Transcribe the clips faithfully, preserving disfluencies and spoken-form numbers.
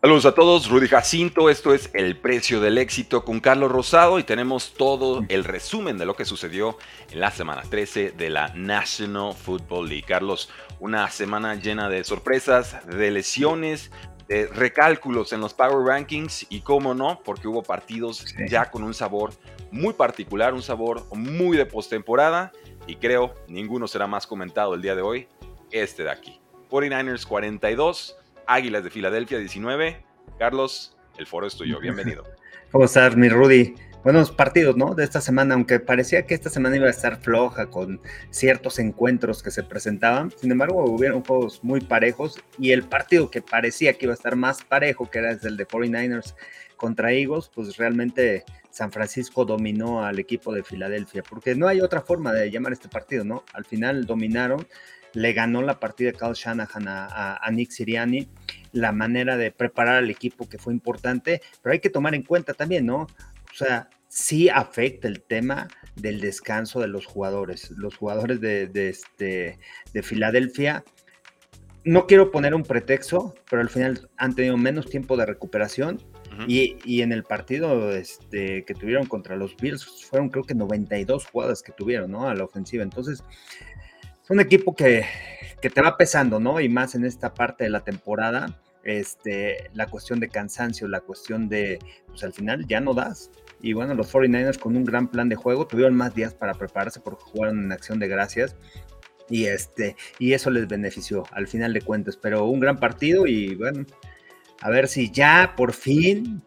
Saludos a todos, Rudy Jacinto, esto es El Precio del Éxito con Carlos Rosado y tenemos todo el resumen de lo que sucedió en la semana trece de la National Football League. Carlos, una semana llena de sorpresas, de lesiones, de recálculos en los Power Rankings y cómo no, porque hubo partidos Sí. ya con un sabor muy particular, un sabor muy de postemporada y creo ninguno será más comentado el día de hoy que este de aquí. cuarenta y nueve ers cuarenta y dos, Águilas de Filadelfia diecinueve. Carlos, el foro es tuyo, bienvenido. ¿Cómo estás, mi Rudy? Buenos partidos, ¿no? De esta semana, aunque parecía que esta semana iba a estar floja con ciertos encuentros que se presentaban. Sin embargo, hubieron juegos muy parejos y el partido que parecía que iba a estar más parejo, que era el de cuarenta y nueve ers contra Eagles, pues realmente San Francisco dominó al equipo de Filadelfia, porque no hay otra forma de llamar este partido, ¿no? Al final dominaron, le ganó la partida Kyle Shanahan a, a, a Nick Sirianni, la manera de preparar al equipo que fue importante, pero hay que tomar en cuenta también, ¿no? O sea, sí afecta el tema del descanso de los jugadores. Los jugadores de, de, este, de Filadelfia, no quiero poner un pretexto, pero al final han tenido menos tiempo de recuperación. Uh-huh. y, y en el partido este, que tuvieron contra los Bills, fueron creo que noventa y dos jugadas que tuvieron, ¿no? A la ofensiva. Entonces, es un equipo que, que te va pesando, ¿no? Y más en esta parte de la temporada, este, la cuestión de cansancio, la cuestión de, pues al final ya no das. Y bueno, los cuarenta y nueve ers con un gran plan de juego tuvieron más días para prepararse porque jugaron en acción de gracias. Y, este, y eso les benefició al final de cuentas. Pero un gran partido y bueno, a ver si ya por fin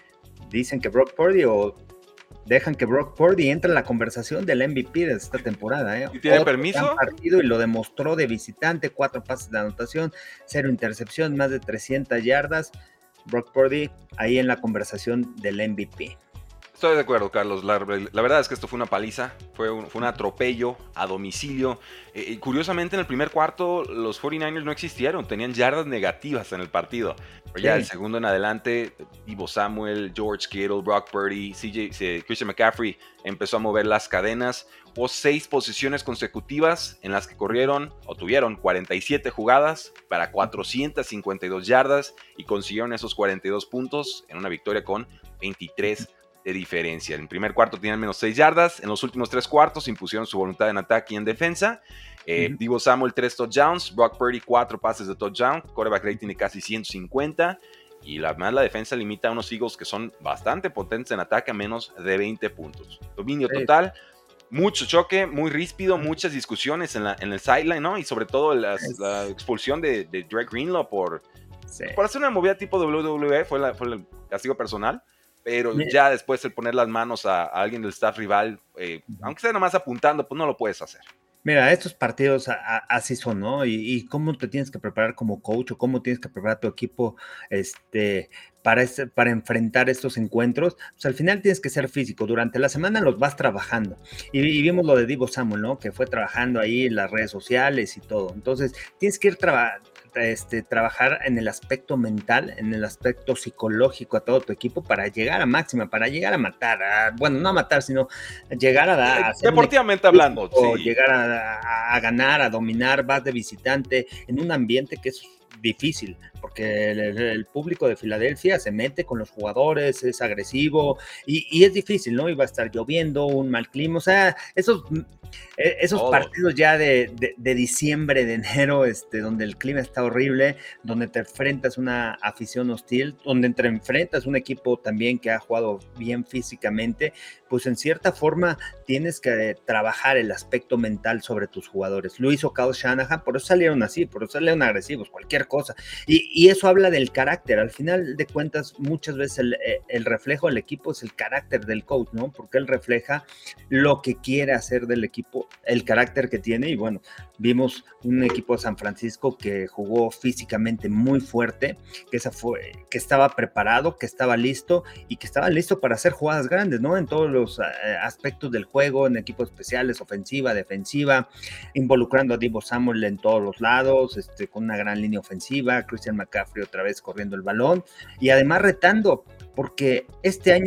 dicen que Brock Purdy o dejan que Brock Purdy entre en la conversación del M V P de esta temporada. ¿eh? ¿Y tiene Otro permiso? gran partido y lo demostró de visitante, cuatro pases de anotación, cero intercepción, más de trescientas yardas. Brock Purdy ahí en la conversación del M V P. Estoy de acuerdo, Carlos. La, la verdad es que esto fue una paliza, fue un, fue un atropello a domicilio. Eh, curiosamente, en el primer cuarto, los cuarenta y nueve ers no existieron, tenían yardas negativas en el partido. Pero ya sí. El segundo en adelante, Deebo Samuel, George Kittle, Brock Purdy, C J, Christian McCaffrey empezó a mover las cadenas. Hubo seis posiciones consecutivas en las que corrieron o tuvieron cuarenta y siete jugadas para cuatrocientas cincuenta y dos yardas y consiguieron esos cuarenta y dos puntos en una victoria con veintitrés de diferencia. En el primer cuarto tenían menos seis yardas, en los últimos tres cuartos impusieron su voluntad en ataque y en defensa. Eh, uh-huh. Deebo Samuel tres touchdowns, Brock Purdy cuatro pases de touchdown, quarterback rating de casi ciento cincuenta y la, más la defensa limita a unos Eagles que son bastante potentes en ataque a menos de veinte puntos. Dominio sí. total, mucho choque, muy ríspido, muchas discusiones en, la, en el sideline, ¿no? Y sobre todo las, es... la expulsión de, de Dre Greenlaw por, sí. por hacer una movida tipo W W E, fue, la, fue el castigo personal. Pero Mira. ya después el poner las manos a, a alguien del staff rival, eh, uh-huh. aunque sea nomás apuntando, pues no lo puedes hacer. Mira, estos partidos a, a, así son, ¿no? Y, y cómo te tienes que preparar como coach o cómo tienes que preparar tu equipo este, para, este, para enfrentar estos encuentros. Pues al final tienes que ser físico. Durante la semana los vas trabajando. Y, y vimos lo de Deebo Samuel, ¿no? Que fue trabajando ahí en las redes sociales y todo. Entonces, tienes que ir trabajando. Este, trabajar en el aspecto mental, en el aspecto psicológico a todo tu equipo para llegar a máxima, para llegar a matar, a, bueno, no a matar, sino llegar a... a Deportivamente hablando, o sí. llegar a, a, a ganar, a dominar, vas de visitante en un ambiente que es difícil, porque el, el público de Filadelfia se mete con los jugadores, es agresivo y, y es difícil, ¿no? Y va a estar lloviendo, un mal clima, o sea, esos, esos oh. partidos ya de, de, de diciembre, de enero, este, donde el clima está horrible, donde te enfrentas una afición hostil, donde te enfrentas un equipo también que ha jugado bien físicamente, pues en cierta forma tienes que trabajar el aspecto mental sobre tus jugadores. Lo hizo Kyle Shanahan, por eso salieron así, por eso salieron agresivos, cualquier cosa. Y, y eso habla del carácter. Al final de cuentas, muchas veces el, el reflejo del equipo es el carácter del coach, ¿no? Porque él refleja lo que quiere hacer del equipo, el carácter que tiene. Y bueno, vimos un equipo de San Francisco que jugó físicamente muy fuerte, que, esa fue, que estaba preparado, que estaba listo y que estaba listo para hacer jugadas grandes, ¿no? En todos los eh, aspectos del juego, en equipos especiales, ofensiva, defensiva, involucrando a Deebo Samuel en todos los lados, este, con una gran línea ofensiva, Christian McCaffrey otra vez corriendo el balón y además retando, porque este año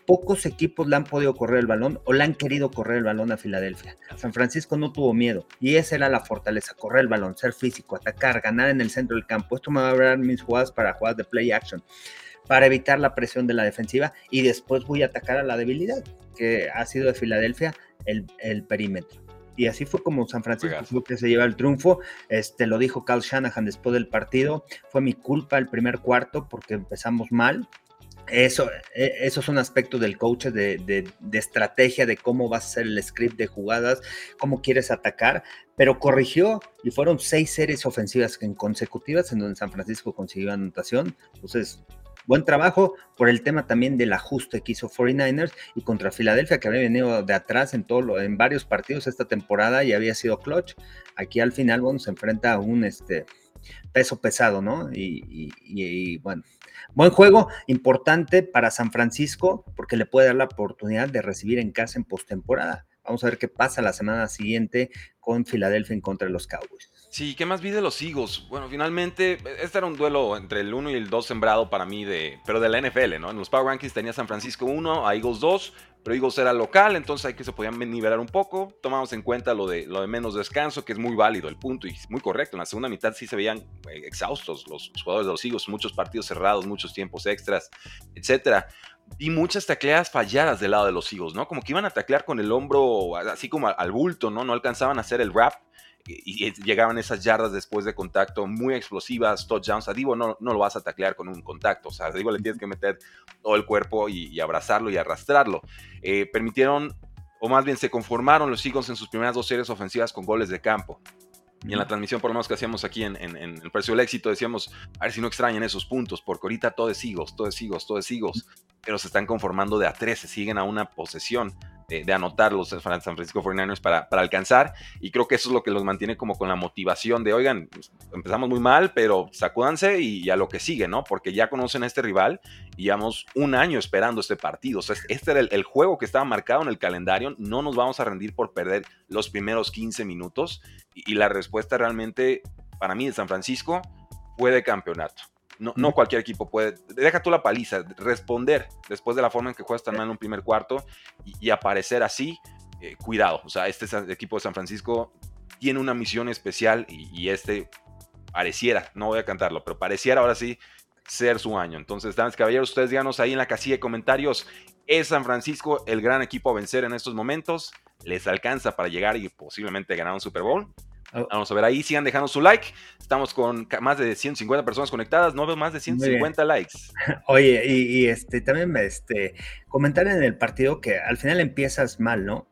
pocos equipos le han podido correr el balón o le han querido correr el balón a Filadelfia. San Francisco no tuvo miedo y esa era la fortaleza, correr el balón, ser físico, atacar, ganar en el centro del campo. Esto me va a dar mis jugadas para jugadas de play action, para evitar la presión de la defensiva y después voy a atacar a la debilidad, que ha sido de Filadelfia el, el perímetro. Y así fue como San Francisco fue que se lleva el triunfo. Este, lo dijo Kyle Shanahan después del partido, fue mi culpa el primer cuarto porque empezamos mal. Eso, esos son aspectos del coach de, de, de estrategia, de cómo va a ser el script de jugadas, cómo quieres atacar, pero corrigió y fueron seis series ofensivas en consecutivas en donde San Francisco consiguió anotación. Entonces, buen trabajo por el tema también del ajuste que hizo cuarenta y nueve ers y contra Filadelfia, que había venido de atrás en, todo lo, en varios partidos esta temporada y había sido clutch. Aquí al final, bueno, se enfrenta a un este, peso pesado, ¿no? Y, y, y, y bueno, buen juego, importante para San Francisco porque le puede dar la oportunidad de recibir en casa en postemporada. Vamos a ver qué pasa la semana siguiente con Filadelfia en contra de los Cowboys. Sí, ¿qué más vi de los Eagles? Bueno, finalmente, este era un duelo entre el uno y el dos sembrado para mí, de, pero de la N F L, ¿no? En los Power Rankings tenía San Francisco uno, a Eagles dos, pero Eagles era local, entonces ahí que se podían nivelar un poco. Tomamos en cuenta lo de, lo de menos descanso, que es muy válido el punto y muy correcto. En la segunda mitad sí se veían exhaustos los, los jugadores de los Eagles, muchos partidos cerrados, muchos tiempos extras, etcétera. Vi muchas tacleadas falladas del lado de los Eagles, ¿no? Como que iban a taclear con el hombro así como al bulto, ¿no? No alcanzaban a hacer el wrap. Y, y llegaban esas yardas después de contacto muy explosivas, touchdowns. A Divo no, no lo vas a taclear con un contacto, o sea, a Divo le tienes que meter todo el cuerpo y, y abrazarlo y arrastrarlo. Eh, permitieron, o más bien se conformaron los Eagles en sus primeras dos series ofensivas con goles de campo. Y en la transmisión, por lo menos que hacíamos aquí en, en, en el Precio del Éxito, decíamos, a ver si no extrañan esos puntos, porque ahorita todo es Eagles, todo es Eagles, todo es Eagles, pero se están conformando de a trece, siguen a una posesión de, de anotar los San Francisco cuarenta y nueve ers para, para alcanzar, y creo que eso es lo que los mantiene como con la motivación de, oigan, empezamos muy mal, pero sacúdanse y, y a lo que sigue, ¿no? Porque ya conocen a este rival y llevamos un año esperando este partido, o sea, este era el, el juego que estaba marcado en el calendario, no nos vamos a rendir por perder los primeros quince minutos, y, y la respuesta realmente, para mí, de San Francisco, fue de campeonato. No, no cualquier equipo puede, deja tú la paliza, responder después de la forma en que juegas tan mal en un primer cuarto y, y aparecer así, eh, cuidado, o sea, este equipo de San Francisco tiene una misión especial y, y este pareciera, no voy a cantarlo, pero pareciera ahora sí ser su año. Entonces, damas y caballeros, ustedes díganos ahí en la casilla de comentarios, ¿es San Francisco el gran equipo a vencer en estos momentos? ¿Les alcanza para llegar y posiblemente ganar un Super Bowl? Vamos a ver ahí, sigan dejando su like. Estamos con más de ciento cincuenta personas conectadas, no veo más de ciento cincuenta likes. Oye, y, y este también me este, comentar en el partido que al final empiezas mal, ¿no?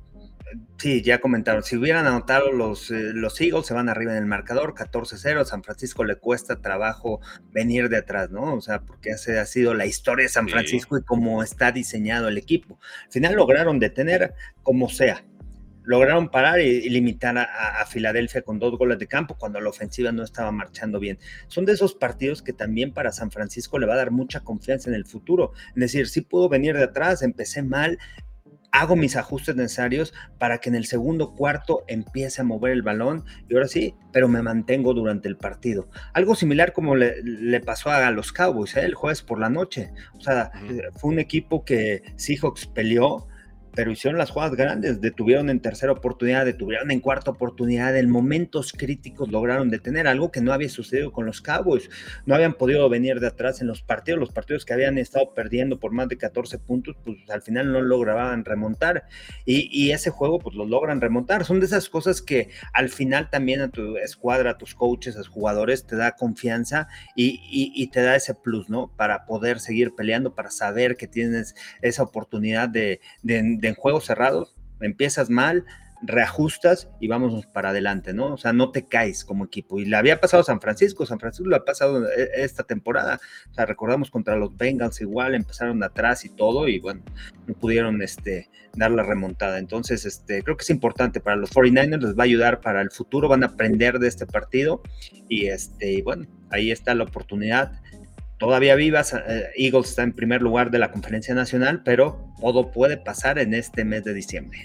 Sí, ya comentaron, si hubieran anotado los, eh, los Eagles, se van arriba en el marcador, catorce cero, San Francisco le cuesta trabajo venir de atrás, ¿no? O sea, porque esa ha sido la historia de San Francisco sí. Y cómo está diseñado el equipo. Al final lograron detener como sea. Lograron parar y, y limitar a, a Filadelfia con dos goles de campo cuando la ofensiva no estaba marchando bien. Son de esos partidos que también para San Francisco le va a dar mucha confianza en el futuro. Es decir, sí puedo venir de atrás, empecé mal, hago mis ajustes necesarios para que en el segundo cuarto empiece a mover el balón y ahora sí, pero me mantengo durante el partido. Algo similar como le, le pasó a los Cowboys, ¿eh? El jueves por la noche. O sea, uh-huh. Fue un equipo que Seahawks peleó, pero hicieron las jugadas grandes, detuvieron en tercera oportunidad, detuvieron en cuarta oportunidad, en momentos críticos lograron detener, algo que no había sucedido con los Cowboys, no habían podido venir de atrás en los partidos, los partidos que habían estado perdiendo por más de catorce puntos, pues al final no lograban remontar, y, y ese juego pues lo logran remontar, son de esas cosas que al final también a tu escuadra, a tus coaches, a tus jugadores, te da confianza y, y, y te da ese plus, ¿no? Para poder seguir peleando, para saber que tienes esa oportunidad de, de, de en juegos cerrados, empiezas mal, reajustas y vamos para adelante, ¿no? O sea, no te caes como equipo. Y le había pasado a San Francisco, San Francisco lo ha pasado esta temporada. O sea, recordamos contra los Bengals igual, empezaron de atrás y todo, y bueno, no pudieron este, dar la remontada. Entonces, este, creo que es importante para los cuarenta y nueve ers, les va a ayudar para el futuro, van a aprender de este partido, y este, y bueno, ahí está la oportunidad. Todavía vivas, eh, Eagles está en primer lugar de la Conferencia Nacional, pero todo puede pasar en este mes de diciembre.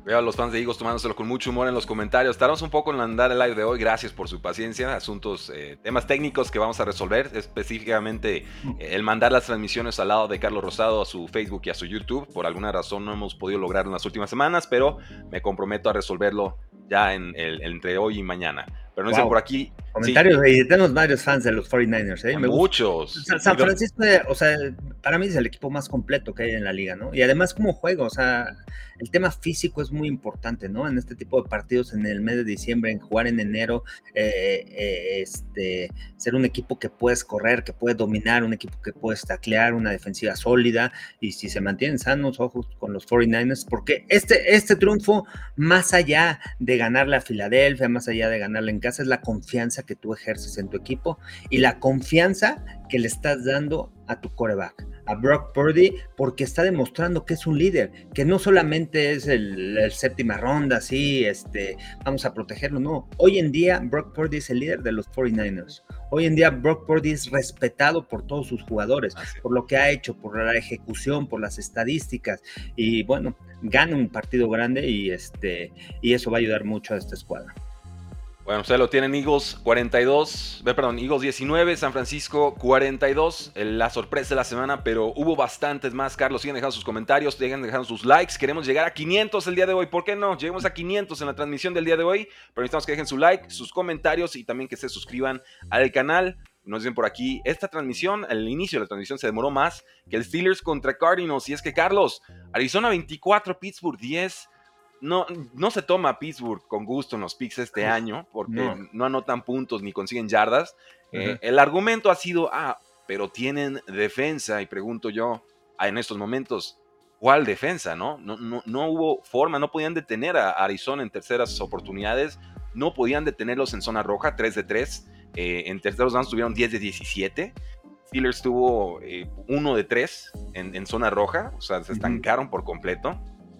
Veo a los fans de Eagles tomándoselo con mucho humor en los comentarios. Tardamos un poco en andar el live de hoy. Gracias por su paciencia. Asuntos, eh, temas técnicos que vamos a resolver. Específicamente eh, el mandar las transmisiones al lado de Carlos Rosado a su Facebook y a su YouTube. Por alguna razón no hemos podido lograrlo en las últimas semanas, pero me comprometo a resolverlo ya en el, entre hoy y mañana. Pero no dicen Wow. por aquí. Comentarios, Sí, y tenemos varios fans de los cuarenta y nueve ers, ¿eh? Me muchos. gusta. San Francisco, o sea, para mí es el equipo más completo que hay en la liga, ¿no? Y además, como juego, o sea, el tema físico es muy importante, ¿no? En este tipo de partidos, en el mes de diciembre, en jugar en enero, eh, eh, este, ser un equipo que puedes correr, que puede dominar, un equipo que puedes taclear, una defensiva sólida, y si se mantienen sanos, ojos con los cuarenta y nueve ers, porque este, este triunfo, más allá de ganarle a Filadelfia, más allá de ganarle en casa, es la confianza que tú ejerces en tu equipo y la confianza que le estás dando a tu quarterback, a Brock Purdy, porque está demostrando que es un líder, que no solamente es el, el séptima ronda, sí, este, vamos a protegerlo, no. Hoy en día Brock Purdy es el líder de los cuarenta y nueve ers. Hoy en día Brock Purdy es respetado por todos sus jugadores, por lo que ha hecho, por la ejecución, por las estadísticas, y bueno, gana un partido grande y, este, y eso va a ayudar mucho a esta escuadra. Bueno, ustedes lo tienen. Eagles cuarenta y dos, perdón, Eagles diecinueve, San Francisco cuarenta y dos, la sorpresa de la semana, pero hubo bastantes más. Carlos, sigan dejando sus comentarios, sigan dejando sus likes. Queremos llegar a quinientos el día de hoy, ¿por qué no? Lleguemos a quinientos en la transmisión del día de hoy, pero necesitamos que dejen su like, sus comentarios y también que se suscriban al canal. Nos dicen por aquí, esta transmisión, el inicio de la transmisión se demoró más que el Steelers contra Cardinals, y es que, Carlos, Arizona veinticuatro, Pittsburgh diez. No, no se toma a Pittsburgh con gusto en los picks este año, porque no, no anotan puntos ni consiguen yardas. Uh-huh. Eh, el argumento ha sido, ah, pero tienen defensa, y pregunto yo, en estos momentos, ¿cuál defensa, no? No, no, no hubo forma, no podían detener a Arizona en terceras oportunidades, no podían detenerlos en zona roja, tres de tres, eh, en terceros downs tuvieron diez de diecisiete, Steelers tuvo eh, uno de tres en, en zona roja, o sea, se estancaron uh-huh. por completo.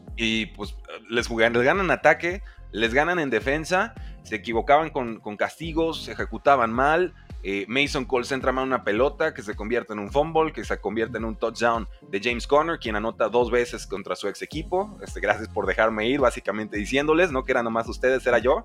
Y pues les, jugan, les ganan ataque, les ganan en defensa, se equivocaban con, con castigos, se ejecutaban mal. Eh, Mason Cole centra mal una pelota que se convierte en un fumble, que se convierte en un touchdown de James Conner, quien anota dos veces contra su ex equipo. Este, gracias por dejarme ir, básicamente diciéndoles, no que eran nomás ustedes, era yo.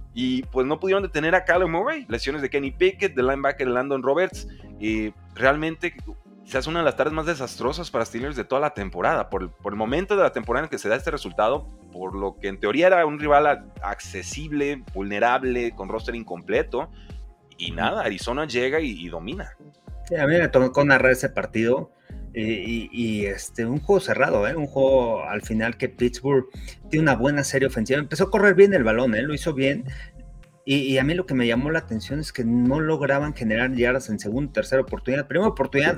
Y pues no pudieron detener a Kyler Murray, lesiones de Kenny Pickett, del linebacker Landon Roberts. Y realmente quizás una de las tardes más desastrosas para Steelers de toda la temporada, por, por el momento de la temporada en que se da este resultado, por lo que en teoría era un rival accesible, vulnerable, con roster incompleto, y nada, Arizona llega y, y domina. Sí, a mí me tocó narrar ese partido, y, y, y este, un juego cerrado, ¿eh? Un juego al final que Pittsburgh tiene una buena serie ofensiva, empezó a correr bien el balón, ¿eh? Lo hizo bien. Y, y a mí lo que me llamó la atención es que no lograban generar yardas en segunda, tercera oportunidad. Primera oportunidad,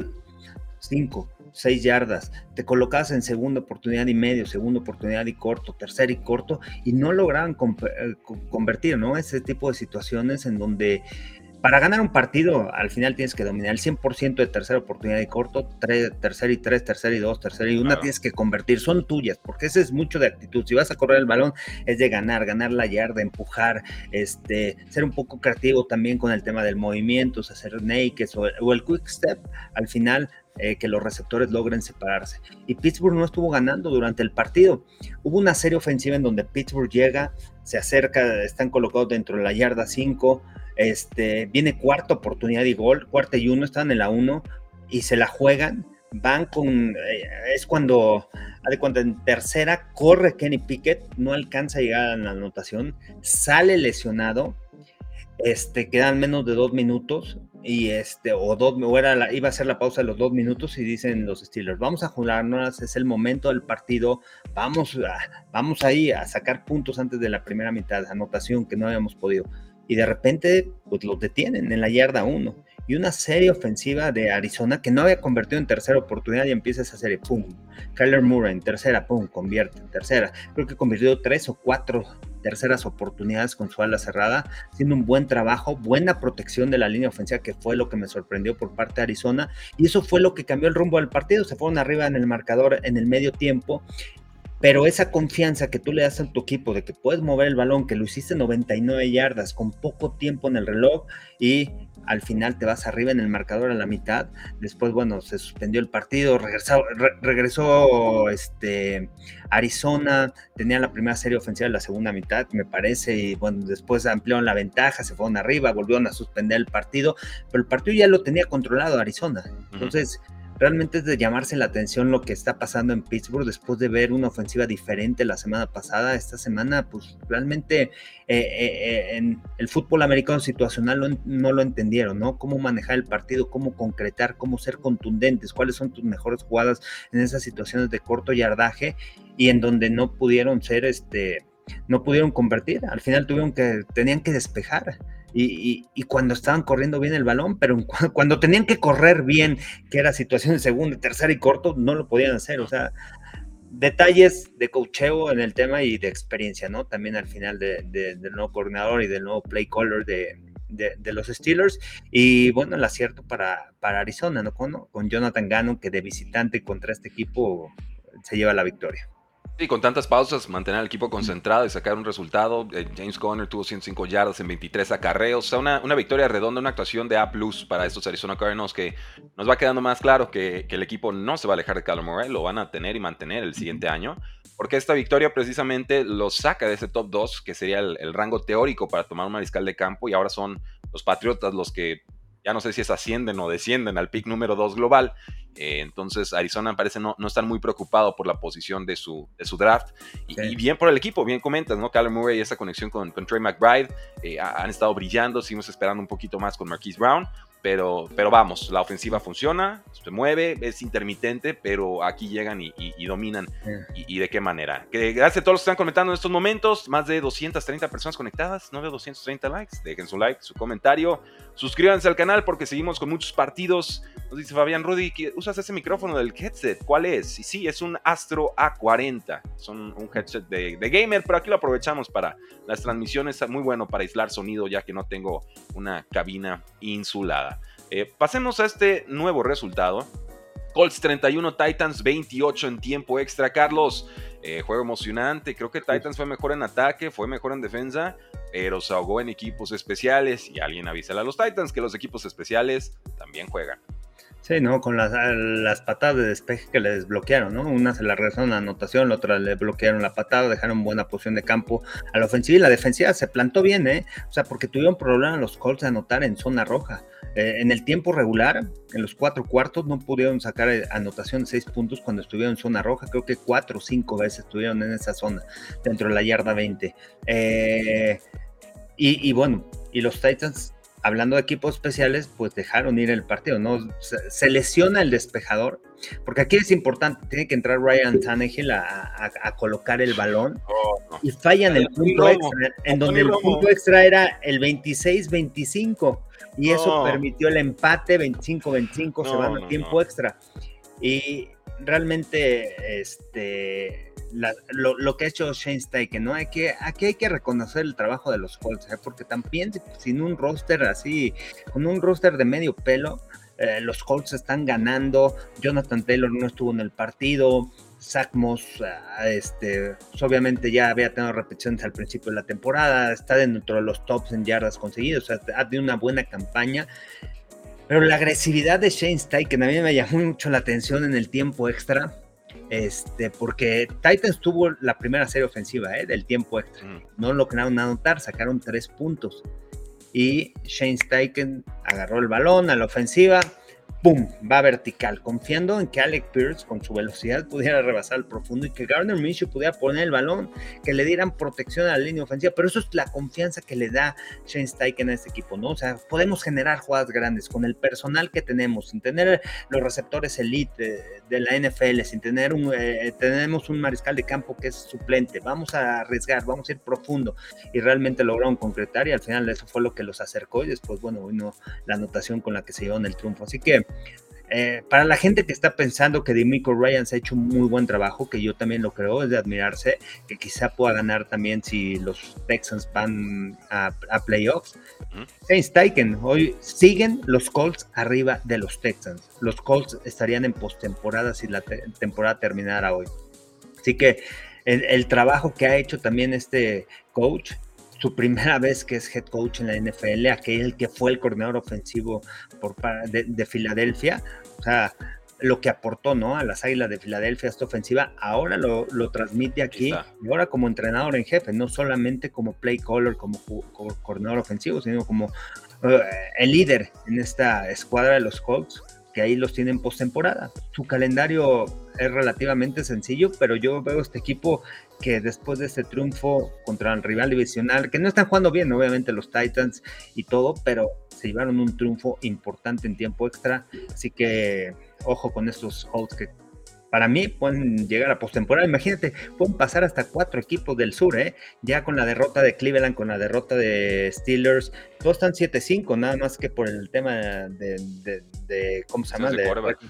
cinco, seis yardas, te colocabas en segunda oportunidad y medio, segunda oportunidad y corto, tercera y corto, y no lograban com- convertir, ¿no? Ese tipo de situaciones en donde para ganar un partido al final tienes que dominar el cien por ciento de tercera oportunidad y corto, tres, tercera y tres, tercera y dos, tercera y una, claro. Tienes que convertir, son tuyas, porque ese es mucho de actitud. Si vas a correr el balón es de ganar, ganar la yarda, empujar, este, ser un poco creativo también con el tema del movimiento, hacer nakeds o, o el quick step, al final Eh, que los receptores logren separarse. Y Pittsburgh no estuvo ganando durante el partido. Hubo una serie ofensiva en donde Pittsburgh llega, se acerca, están colocados dentro de la yarda cinco, este, viene cuarta oportunidad y gol, cuarta y uno, están en la uno y se la juegan, van con, eh, es cuando, de cuando en tercera corre Kenny Pickett, no alcanza a llegar a la anotación, sale lesionado, este, quedan menos de dos minutos y este, o dos, o era la, iba a ser la pausa de los dos minutos y dicen los Steelers, vamos a jugarnos, es el momento del partido, vamos, a, vamos ahí a sacar puntos antes de la primera mitad, anotación que no habíamos podido, y de repente pues los detienen en la yarda uno, y una serie ofensiva de Arizona que no había convertido en tercera oportunidad y empieza esa serie, pum, Kyler Murray en tercera, pum, convierte en tercera, creo que convirtió tres o cuatro terceras oportunidades con su ala cerrada, haciendo un buen trabajo, buena protección de la línea ofensiva, que fue lo que me sorprendió por parte de Arizona, y eso fue lo que cambió el rumbo del partido. Se fueron arriba en el marcador en el medio tiempo, pero esa confianza que tú le das a tu equipo de que puedes mover el balón, que lo hiciste noventa y nueve yardas con poco tiempo en el reloj, y al final te vas arriba en el marcador a la mitad, después, bueno, se suspendió el partido, regresó, re, regresó este, Arizona, tenía la primera serie ofensiva de la segunda mitad, me parece, y bueno, después ampliaron la ventaja, se fueron arriba, volvieron a suspender el partido, pero el partido ya lo tenía controlado Arizona, entonces... Uh-huh. Realmente es de llamarse la atención lo que está pasando en Pittsburgh después de ver una ofensiva diferente la semana pasada. Esta semana, pues realmente eh, eh, en el fútbol americano situacional no, no lo entendieron, ¿no? Cómo manejar el partido, cómo concretar, cómo ser contundentes, cuáles son tus mejores jugadas en esas situaciones de corto yardaje y en donde no pudieron ser, este, no pudieron convertir. Al final tuvieron que, tenían que despejar. Y, y, y cuando estaban corriendo bien el balón, pero cuando tenían que correr bien, que era situación de segunda, tercera y corto, no lo podían hacer, o sea, detalles de coacheo en el tema y de experiencia, ¿no? También al final de, de, del nuevo coordinador y del nuevo play caller de, de, de los Steelers, y bueno, el acierto para, para Arizona, ¿no? Con, con Jonathan Gannon, que de visitante contra este equipo se lleva la victoria. Sí, con tantas pausas, mantener al equipo concentrado y sacar un resultado. Eh, James Conner tuvo ciento cinco yardas en veintitrés acarreos. O sea, una, una victoria redonda, una actuación de A plus para estos Arizona Cardinals, que nos va quedando más claro que, que el equipo no se va a alejar de Kyler Murray, lo van a tener y mantener el siguiente año, porque esta victoria precisamente los saca de ese top dos, que sería el, el rango teórico para tomar un mariscal de campo, y ahora son los Patriotas los que ya no sé si es ascienden o descienden al pick número dos global. Eh, entonces Arizona parece no, no estar muy preocupado por la posición de su, de su draft. Y, sí. y bien por el equipo, bien comentas, ¿no? Kyler Murray y esa conexión con, con Trey McBride eh, han estado brillando. Seguimos esperando un poquito más con Marquise Brown. Pero, pero vamos, la ofensiva funciona, se mueve, es intermitente, pero aquí llegan y, y, y dominan. Y, y de qué manera. Que gracias a todos los que están comentando en estos momentos. Más de doscientas treinta personas conectadas, no de doscientos treinta likes. Dejen su like, su comentario. Suscríbanse al canal porque seguimos con muchos partidos. Nos dice Fabián Rudy que usas ese micrófono del headset. ¿Cuál es? Y sí, es un Astro A cuarenta. Son un headset de, de gamer, pero aquí lo aprovechamos para las transmisiones. Muy bueno para aislar sonido, ya que no tengo una cabina insulada. Eh, pasemos a este nuevo resultado. Colts treinta y uno, Titans veintiocho en tiempo extra. Carlos, eh, juego emocionante. Creo que Titans fue mejor en ataque, fue mejor en defensa, pero se ahogó en equipos especiales. Y alguien avísale a los Titans que los equipos especiales también juegan. Sí, ¿no? Con las, las patadas de despeje que le desbloquearon, ¿no? Una se la regresaron a la anotación, la otra le bloquearon la patada, dejaron buena posición de campo a la ofensiva, y la defensiva se plantó bien, ¿eh? O sea, porque tuvieron problema los Colts de anotar en zona roja. Eh, en el tiempo regular, en los cuatro cuartos, no pudieron sacar anotación de seis puntos cuando estuvieron en zona roja. Creo que cuatro o cinco veces estuvieron en esa zona, dentro de la yarda veinte. Eh, y, y bueno, y los Titans, hablando de equipos especiales, pues dejaron ir el partido, ¿no? Se, se lesiona el despejador, porque aquí es importante, tiene que entrar Ryan Tannehill a, a, a colocar el balón, oh, no. y fallan el punto extra, en donde el punto extra era el veintiséis veinticinco, y eso oh. permitió el empate veinticinco veinticinco, no, se van a no, tiempo no. extra. Y realmente, este... La, lo, lo que ha hecho Shane Steichen, ¿no? Hay que, aquí hay que reconocer el trabajo de los Colts, ¿eh? Porque también sin un roster así, con un roster de medio pelo, eh, los Colts están ganando. Jonathan Taylor no estuvo en el partido, Zach Moss, uh, este, pues obviamente ya había tenido repeticiones al principio de la temporada, está dentro de los tops en yardas conseguidos, o sea, ha tenido una buena campaña. Pero la agresividad de Shane Steichen a mí me llamó mucho la atención en el tiempo extra. Este, porque Titans tuvo la primera serie ofensiva eh, del tiempo extra, mm. no lograron anotar, sacaron tres puntos, y Shane Steichen agarró el balón a la ofensiva, ¡pum!, va vertical, confiando en que Alec Pierce con su velocidad pudiera rebasar el profundo y que Gardner Minshew pudiera poner el balón, que le dieran protección a la línea ofensiva. Pero eso es la confianza que le da Shane Steichen a este equipo, ¿no? O sea, podemos generar jugadas grandes con el personal que tenemos, sin tener los receptores elite de, de la N F L, sin tener un, eh, tenemos un mariscal de campo que es suplente, vamos a arriesgar, vamos a ir profundo, y realmente lograron concretar, y al final eso fue lo que los acercó, y después, bueno, vino la anotación con la que se llevaron el triunfo. Así que Eh, para la gente que está pensando que DeMeco Ryans ha hecho un muy buen trabajo, que yo también lo creo, es de admirarse, que quizá pueda ganar también si los Texans van a, a playoffs. Shane uh-huh. Steichen, hoy siguen los Colts arriba de los Texans. Los Colts estarían en postemporada si la te- temporada terminara hoy. Así que el, el trabajo que ha hecho también este coach, su primera vez que es head coach en la N F L, aquel que fue el coordinador ofensivo por, de, de Filadelfia, o sea, lo que aportó, ¿no?, a las Águilas de Filadelfia esta ofensiva, ahora lo, lo transmite aquí, y ahora como entrenador en jefe, no solamente como play caller, como, como coordinador ofensivo, sino como uh, el líder en esta escuadra de los Colts, que ahí los tienen postemporada. Su calendario es relativamente sencillo, pero yo veo este equipo que después de este triunfo contra el rival divisional, que no están jugando bien, obviamente los Titans y todo, pero se llevaron un triunfo importante en tiempo extra, así que ojo con estos Colts que para mí pueden llegar a postemporada. Imagínate, pueden pasar hasta cuatro equipos del sur, ¿eh? Ya con la derrota de Cleveland, con la derrota de Steelers, todos están siete cinco, nada más que por el tema de, de, de ¿cómo se llama? De,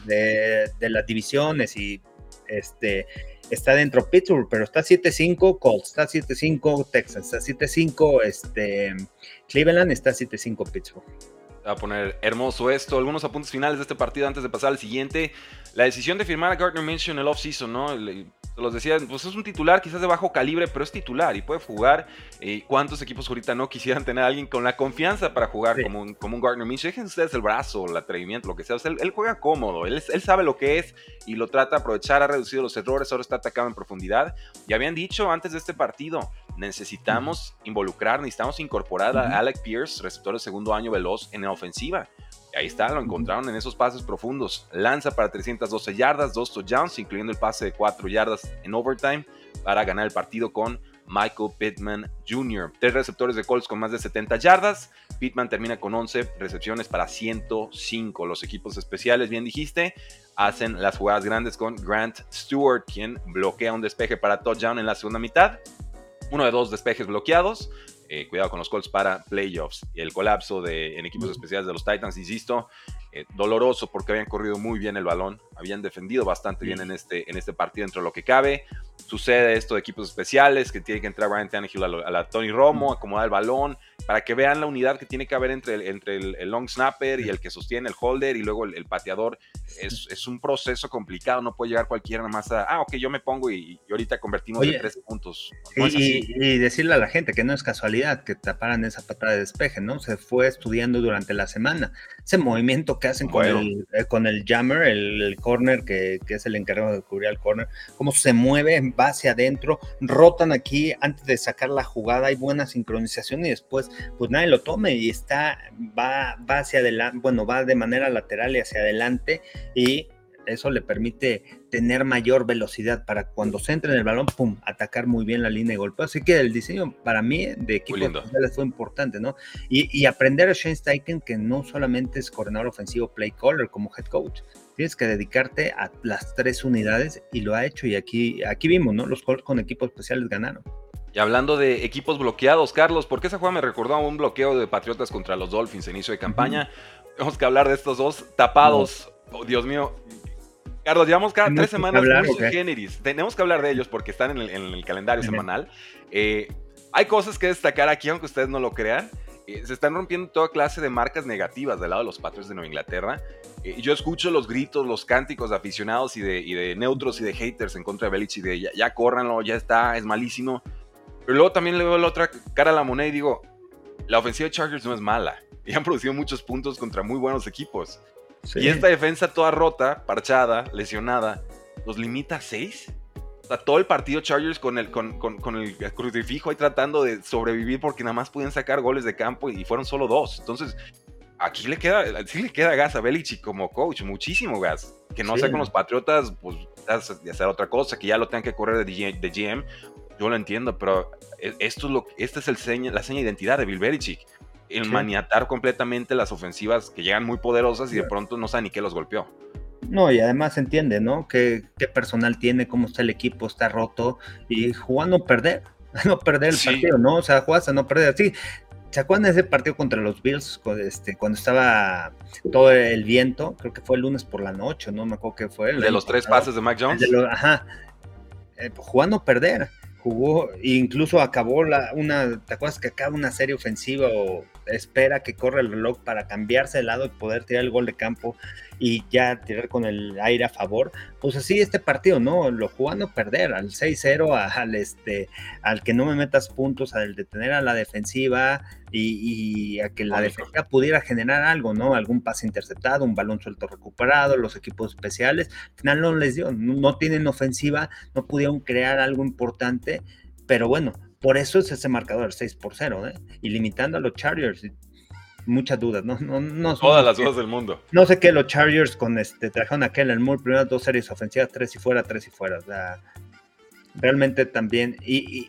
de, de las divisiones y este está dentro Pittsburgh, pero está siete cinco Colts, está siete cinco Texans, está siete cinco este, Cleveland, está siete cinco Pittsburgh. Va a poner hermoso esto. Algunos apuntes finales de este partido antes de pasar al siguiente. La decisión de firmar a Gardner Minshew en el offseason, ¿no? Los decía, pues es un titular quizás de bajo calibre, pero es titular y puede jugar. Eh, ¿Cuántos equipos ahorita no quisieran tener a alguien con la confianza para jugar sí. como, un, como un Gardner Minshew? Dejen ustedes el brazo, el atrevimiento, lo que sea. O sea él, él juega cómodo, él, él sabe lo que es y lo trata de aprovechar, ha reducido los errores, ahora está atacado en profundidad. Y habían dicho antes de este partido, necesitamos uh-huh. involucrar, necesitamos incorporar uh-huh. a Alec Pierce, receptor de segundo año veloz, en la ofensiva. Y ahí está, lo encontraron en esos pases profundos. Lanza para trescientas doce yardas, dos touchdowns, incluyendo el pase de cuatro yardas en overtime para ganar el partido con Michael Pittman junior Tres receptores de Colts con más de setenta yardas. Pittman termina con once recepciones para ciento cinco. Los equipos especiales, bien dijiste, hacen las jugadas grandes con Grant Stewart, quien bloquea un despeje para touchdown en la segunda mitad. Uno de dos despejes bloqueados. Eh, cuidado con los Colts para playoffs. Y el colapso de, en equipos especiales de los Titans, insisto, eh, doloroso porque habían corrido muy bien el balón, habían defendido bastante bien en este, en este partido dentro de lo que cabe. Sucede esto de equipos especiales, que tiene que entrar Ryan Tannehill a, lo, a la Tony Romo, acomodar el balón, para que vean la unidad que tiene que haber entre el, entre el, el long snapper y el que sostiene el holder y luego el, el pateador. Es, es un proceso complicado, no puede llegar cualquiera nada más a, ah, ok, yo me pongo y, y ahorita convertimos Oye, de tres puntos. No y, y decirle a la gente que no es casualidad que taparan esa patada de despeje, ¿no? Se fue estudiando durante la semana. Ese movimiento que hacen bueno. con, el, eh, con el jammer, el, el corner, que, que es el encargado de cubrir al corner, cómo se mueve, va hacia adentro, rotan aquí antes de sacar la jugada, hay buena sincronización y después pues nadie lo tome y está, va, va hacia adelante, bueno, va de manera lateral y hacia adelante y eso le permite tener mayor velocidad para cuando se entre en el balón, pum, atacar muy bien la línea de golpeo. Así que el diseño para mí de equipos especiales fue importante, ¿no? Y, y aprender a Shane Steichen que no solamente es coordinador ofensivo play caller como head coach, tienes que dedicarte a las tres unidades y lo ha hecho y aquí, aquí vimos, ¿no? Los Colts con equipos especiales ganaron. Y hablando de equipos bloqueados, Carlos, ¿por qué esa jugada me recordó a un bloqueo de Patriotas contra los Dolphins en inicio de campaña? Uh-huh. Tenemos que hablar de estos dos tapados. No. Oh, Dios mío. Carlos, llevamos cada tres semanas hablar, muy okay. generis. Tenemos que hablar de ellos porque están en el, en el calendario uh-huh. semanal. Eh, hay cosas que destacar aquí, aunque ustedes no lo crean. Eh, se están rompiendo toda clase de marcas negativas del lado de los Patriots de Nueva Inglaterra. Eh, yo escucho los gritos, los cánticos de aficionados y de, y de neutros y de haters en contra de Belichick de ya, ya córranlo, ya está, es malísimo. Pero luego también le veo la otra cara a la moneda y digo, la ofensiva de Chargers no es mala. Y han producido muchos puntos contra muy buenos equipos. Sí. Y esta defensa toda rota, parchada, lesionada, los limita a seis. O sea, todo el partido Chargers con el, con, con, con el crucifijo ahí tratando de sobrevivir porque nada más podían sacar goles de campo y fueron solo dos. Entonces, aquí le queda, sí le queda gas a Belichick como coach, muchísimo gas. Que no sí. sea con los Patriotas, pues de hacer otra cosa, que ya lo tengan que correr de G M. Yo lo entiendo, pero esto es lo, esta es el seña, la seña de identidad de Bill Belichick. El sí. maniatar completamente las ofensivas que llegan muy poderosas y de pronto no sabe ni qué los golpeó. No, y además entiende, ¿no? ¿Qué, qué personal tiene, cómo está el equipo, está roto y jugando a perder, no perder el sí. partido, ¿no? O sea, juegas a no perder. Sí, ¿se acuerdan de ese partido contra los Bills este, cuando estaba todo el viento? Creo que fue el lunes por la noche, ¿no? Me acuerdo que fue. El de los tres pasado. pases de Mac Jones. De los, ajá, eh, jugando a perder. Jugó, e incluso acabó la, una, ¿te acuerdas que acaba una serie ofensiva o espera que corra el reloj para cambiarse de lado y poder tirar el gol de campo y ya tirar con el aire a favor. Pues así este partido, ¿no? Lo jugando a perder, al seis cero, al, este, al que no me metas puntos, al detener a la defensiva y, y a que la Cómico. defensiva pudiera generar algo, ¿no? Algún pase interceptado, un balón suelto recuperado, los equipos especiales. Al final no les dio, no, no tienen ofensiva, no pudieron crear algo importante, pero bueno, por eso es ese marcador seis por cero, ¿eh? Y limitando a los Chargers, muchas dudas, no, no, no Todas no las sé, dudas del mundo. no sé qué los Chargers con este trajeron a Kellen Moore, primeras dos series ofensivas, tres y fuera, tres y fuera, o sea, realmente también, y, y,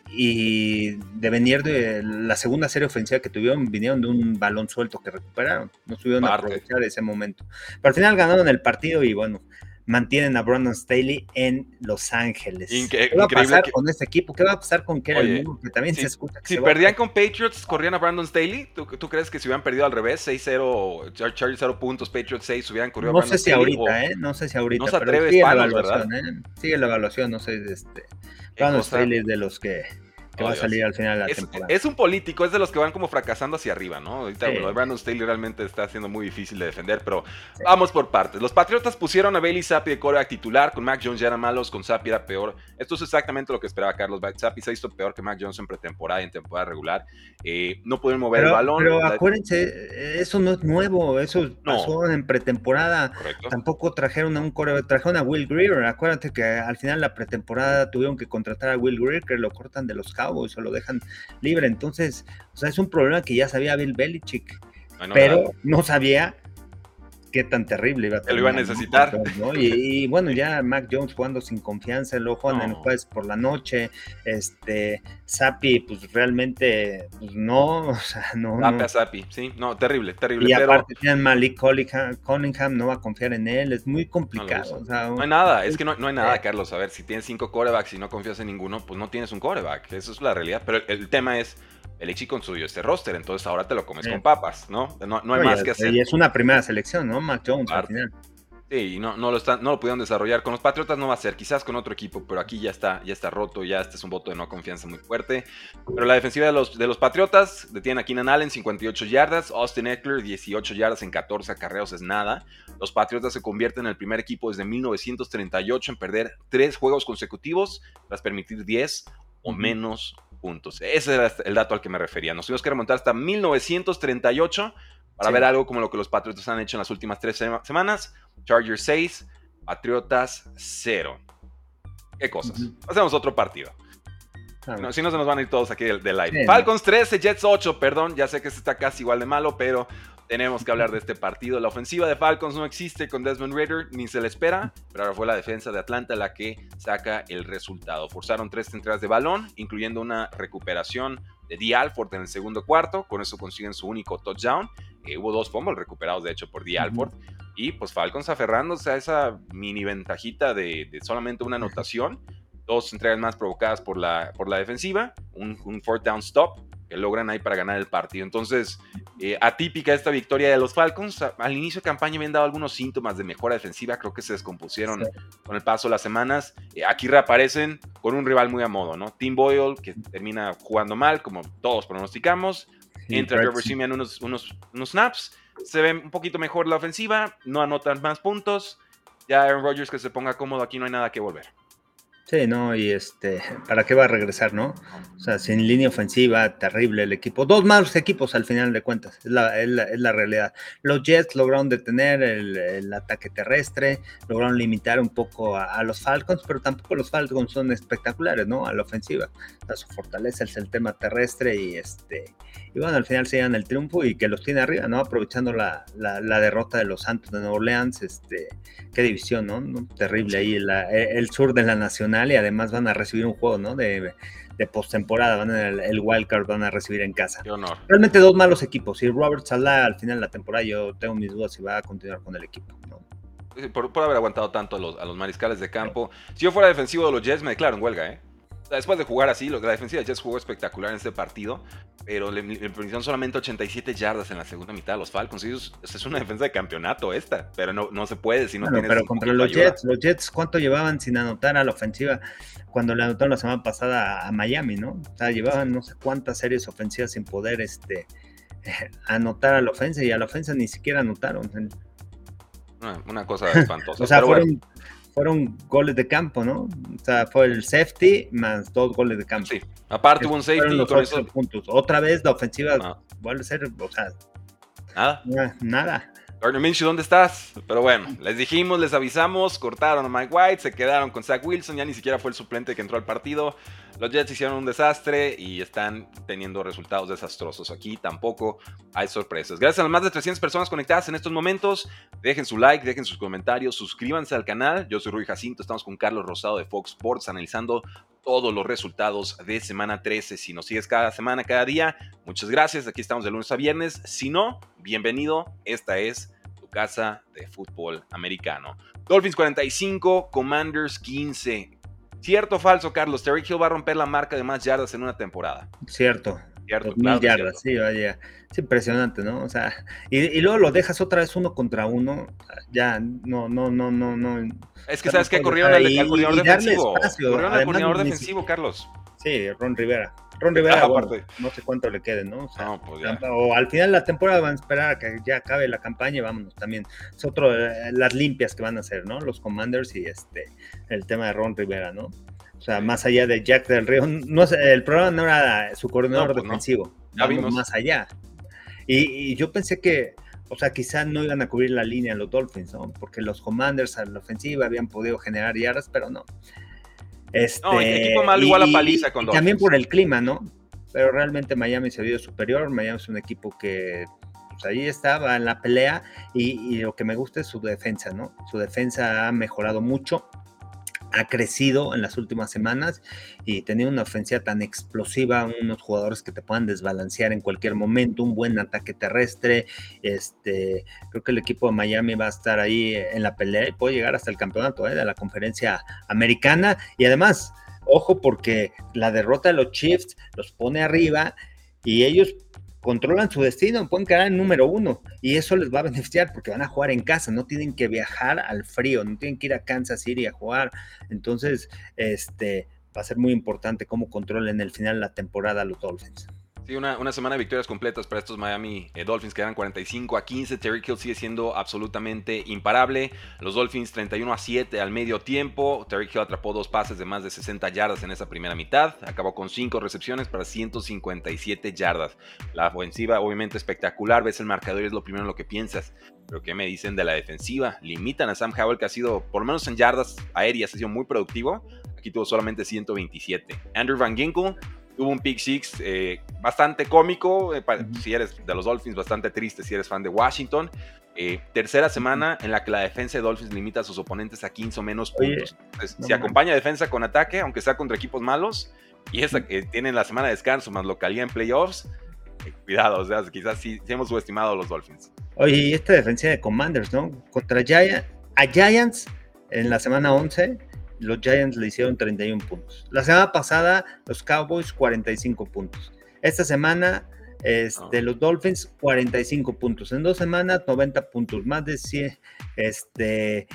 y de venir de la segunda serie ofensiva que tuvieron, vinieron de un balón suelto que recuperaron, no tuvieron a aprovechar ese momento, pero al final ganaron el partido y bueno, mantienen a Brandon Staley en Los Ángeles. Inque- ¿Qué va a pasar que... con este equipo? ¿Qué va a pasar con Kellen Moore? Que también si, se escucha. Que si se perdían va con Patriots, corrían a Brandon Staley. ¿Tú, ¿Tú crees que si hubieran perdido al revés, seis cero, Chargers cero puntos, Patriots seis, hubieran corrido no a Brandon sé si Staley? ahorita, ¿eh? No sé si ahorita. No se atreve, pero sigue palos, la evaluación, ¿verdad? ¿eh? Sigue la evaluación, no sé, este. Brandon Staley es de los que, que oh, va a salir Dios. Al final de la es, temporada. Es un político, es de los que van como fracasando hacia arriba, ¿no? Ahorita sí. lo de Brandon Staley realmente está siendo muy difícil de defender, pero sí. Vamos por partes. Los Patriotas pusieron a Bailey Zappi de quarterback titular, con Mac Jones ya eran malos, con Zappi era peor. Esto es exactamente lo que esperaba Carlos. Zappi se hizo peor que Mac Jones en pretemporada y en temporada regular. Eh, no pudieron mover pero, el balón. Pero la... acuérdense, eso no es nuevo, eso pasó no. en pretemporada. Correcto. Tampoco trajeron a un quarterback, trajeron a Will Greer. Acuérdate que al final de la pretemporada tuvieron que contratar a Will Greer, que lo cortan de los Cowboys o lo dejan libre. Entonces, o sea, es un problema que ya sabía Bill Belichick, no, no, pero verdad. no sabía qué tan terrible iba a tener. Que lo iba a necesitar. ¿no? Y, y bueno, ya Mac Jones jugando sin confianza, luego juegan no. en el jueves por la noche, este, Zappi, pues realmente, pues no, o sea, no. Zappi no. Zappi, sí, no, terrible, terrible. Y pero... aparte tienen Malik Cunningham, Cunningham, no va a confiar en él, es muy complicado. No, o sea, no hay nada, es que no, no hay nada, Carlos. A ver, si tienes cinco quarterbacks y no confías en ninguno, pues no tienes un quarterback, eso es la realidad. Pero el, el tema es, Belichick construyó este roster, entonces ahora te lo comes sí. con papas, ¿no? No, no hay no, más y, que hacer. Y es una primera selección, ¿no? Mac Jones al final. Sí, y no, no, lo están, no lo pudieron desarrollar. Con los Patriotas no va a ser, quizás con otro equipo, pero aquí ya está, ya está roto, ya este es un voto de no confianza muy fuerte. Pero la defensiva de los, de los Patriotas detiene a Keenan Allen, cincuenta y ocho yardas, Austin Eckler, dieciocho yardas en catorce acarreos, es nada. Los Patriotas se convierten en el primer equipo desde mil novecientos treinta y ocho en perder tres juegos consecutivos tras permitir diez o uh-huh. menos puntos. Ese era el dato al que me refería. Nos tuvimos que remontar hasta mil novecientos treinta y ocho para sí. ver algo como lo que los Patriotas han hecho en las últimas tres sema- semanas. Chargers seis, Patriotas cero. ¿Qué cosas? Uh-huh. Hacemos otro partido. Ah, no, si no se nos van a ir todos aquí del, del aire. Sí, Falcons trece, Jets ocho, perdón, ya sé que este está casi igual de malo, pero tenemos que hablar de este partido. La ofensiva de Falcons no existe con Desmond Ridder, ni se le espera, pero ahora fue la defensa de Atlanta la que saca el resultado. Forzaron tres entradas de balón, incluyendo una recuperación de Dee Alford en el segundo cuarto, con eso consiguen su único touchdown. Eh, hubo dos fumbles recuperados, de hecho, por Dee Alford. Uh-huh. Y pues Falcons aferrándose a esa mini ventajita de, de solamente una anotación. Dos entregas más provocadas por la, por la defensiva, un, un fourth down stop que logran ahí para ganar el partido. Entonces, eh, atípica esta victoria de los Falcons. A, al inicio de campaña habían dado algunos síntomas de mejora defensiva, creo que se descompusieron sí. con el paso de las semanas. Eh, aquí reaparecen con un rival muy a modo, ¿no? Tim Boyle, que termina jugando mal, como todos pronosticamos. Sí, entra Trevor Siemian unos, unos, unos snaps, se ve un poquito mejor la ofensiva, no anotan más puntos. Ya Aaron Rodgers que se ponga cómodo, aquí no hay nada que volver. Sí, no, y este, ¿para qué va a regresar, no? O sea, sin línea ofensiva, terrible el equipo. Dos malos equipos al final de cuentas, es la, es la, es la realidad. Los Jets lograron detener el, el ataque terrestre, lograron limitar un poco a, a los Falcons, pero tampoco los Falcons son espectaculares, ¿no? A la ofensiva. O sea, su fortaleza es el tema terrestre y este, y bueno, al final se llevan el triunfo y que los tiene arriba, ¿no? Aprovechando la, la, la derrota de los Santos de Nueva Orleans, este, qué división, ¿no? ¿No? Terrible ahí, la, el sur de la Nacional. Y además van a recibir un juego, ¿no? De, de postemporada, van a, el, el wildcard van a recibir en casa. Qué honor. Realmente dos malos equipos. Y Robert Saleh al final de la temporada, yo tengo mis dudas si va a continuar con el equipo, ¿no? Por, por haber aguantado tanto a los, a los mariscales de campo. Sí. Si yo fuera defensivo de los Jets, me declaro en huelga, ¿eh? Después de jugar así, la defensiva de Jets jugó espectacular en este partido, pero le, le permitieron solamente ochenta y siete yardas en la segunda mitad a los Falcons. Y eso es, es una defensa de campeonato esta, pero no, no se puede si no bueno, tienes pero contra los ayuda. Jets, los Jets, ¿cuánto llevaban sin anotar a la ofensiva cuando le anotaron la semana pasada a, a Miami, no? O sea, llevaban no sé cuántas series ofensivas sin poder este, anotar a la ofensa, y a la ofensa ni siquiera anotaron. Una, una cosa espantosa. O sea, pero fueron, bueno. fueron goles de campo, ¿no? O sea, fue el safety más dos goles de campo. Sí, aparte Esos hubo un safety fueron y los con ocho eso... puntos. Otra vez la ofensiva No, vuelve a ser, o sea, nada. nada. Gardner Minshew, ¿dónde estás? Pero bueno, les dijimos, les avisamos, cortaron a Mike White, se quedaron con Zach Wilson, ya ni siquiera fue el suplente que entró al partido. Los Jets hicieron un desastre y están teniendo resultados desastrosos. Aquí tampoco hay sorpresas. Gracias a las más de trescientas personas conectadas en estos momentos. Dejen su like, dejen sus comentarios, suscríbanse al canal. Yo soy Rui Jacinto, estamos con Carlos Rosado de Fox Sports analizando todos los resultados de semana trece. Si nos sigues cada semana, cada día, muchas gracias. Aquí estamos de lunes a viernes. Si no, bienvenido. Esta es tu casa de fútbol americano. Dolphins cuarenta y cinco, Commanders quince. ¿Cierto o falso, Carlos? Tyreek Hill va a romper la marca de más yardas en una temporada. Cierto. Cierto, dos claro mil que yardas, cierto. sí, vaya. Es impresionante, ¿no? O sea, y, y luego lo dejas otra vez uno contra uno. Ya, no, no, no, no, no. Es que Ya no sabes que puedes corrieron dejar al, ahí, al coordinador y, y darle defensivo. espacio. Corrieron al Además, coordinador ni defensivo, si- Carlos. Sí, Ron Rivera. Ron Rivera, Ah, bueno, aparte. no sé cuánto le quede, ¿no? O sea, No, pues ya. o al final de la temporada van a esperar a que ya acabe la campaña y vámonos también. Es otro, eh, las limpias que van a hacer, ¿no? Los Commanders y este, el tema de Ron Rivera, ¿no? O sea, Sí. más allá de Jack del Río, no sé, el problema no era su coordinador No, pues no. defensivo. Ya Vamos vimos. más allá. Y, y yo pensé que, o sea, quizás no iban a cubrir la línea los Dolphins, ¿no? Porque los Commanders a la ofensiva habían podido generar yardas, pero no. Este, No, equipo malo y, igual a y- paliza con y también Dolphins. por el clima, ¿no? Pero realmente Miami se vio superior. Miami es un equipo que pues, ahí estaba en la pelea, y, y lo que me gusta es su defensa, ¿no? Su defensa ha mejorado mucho, ha crecido en las últimas semanas, y tenía una ofensiva tan explosiva, unos jugadores que te puedan desbalancear en cualquier momento, un buen ataque terrestre. Este, creo que el equipo de Miami va a estar ahí en la pelea y puede llegar hasta el campeonato ¿eh? de la conferencia americana. Y además, ojo, porque la derrota de los Chiefs los pone arriba y ellos controlan su destino, pueden quedar en número uno, y eso les va a beneficiar porque van a jugar en casa, no tienen que viajar al frío, no tienen que ir a Kansas City a jugar. Entonces, este, va a ser muy importante cómo controlen el final de la temporada los Dolphins. Sí, una, una semana de victorias completas para estos Miami eh, Dolphins que eran cuarenta y cinco a quince. Tyreek Hill sigue siendo absolutamente imparable. Los Dolphins treinta y uno a siete al medio tiempo. Tyreek Hill atrapó dos pases de más de sesenta yardas en esa primera mitad. Acabó con cinco recepciones para ciento cincuenta y siete yardas. La ofensiva obviamente espectacular. Ves el marcador y es lo primero en lo que piensas. Pero ¿qué me dicen de la defensiva? Limitan a Sam Howell, que ha sido, por lo menos en yardas aéreas, ha sido muy productivo. Aquí tuvo solamente ciento veintisiete. Andrew Van Ginkel tuvo un pick six eh, bastante cómico, eh, para, uh-huh. si eres de los Dolphins, bastante triste si eres fan de Washington. Eh, tercera semana en la que la defensa de Dolphins limita a sus oponentes a quince o menos puntos. Oye, Entonces, no si acompaña man. defensa con ataque, aunque sea contra equipos malos, y esa que tienen la semana de descanso más localidad en playoffs, eh, cuidado, o sea, quizás sí, sí hemos subestimado a los Dolphins. Oye, y esta defensa de Commanders, ¿no? Contra Giants, a Giants en la semana once, los Giants le hicieron treinta y uno puntos. La semana pasada, los Cowboys, cuarenta y cinco puntos. Esta semana, este, oh. los Dolphins, cuarenta y cinco puntos. En dos semanas, noventa puntos. Más de cien, este,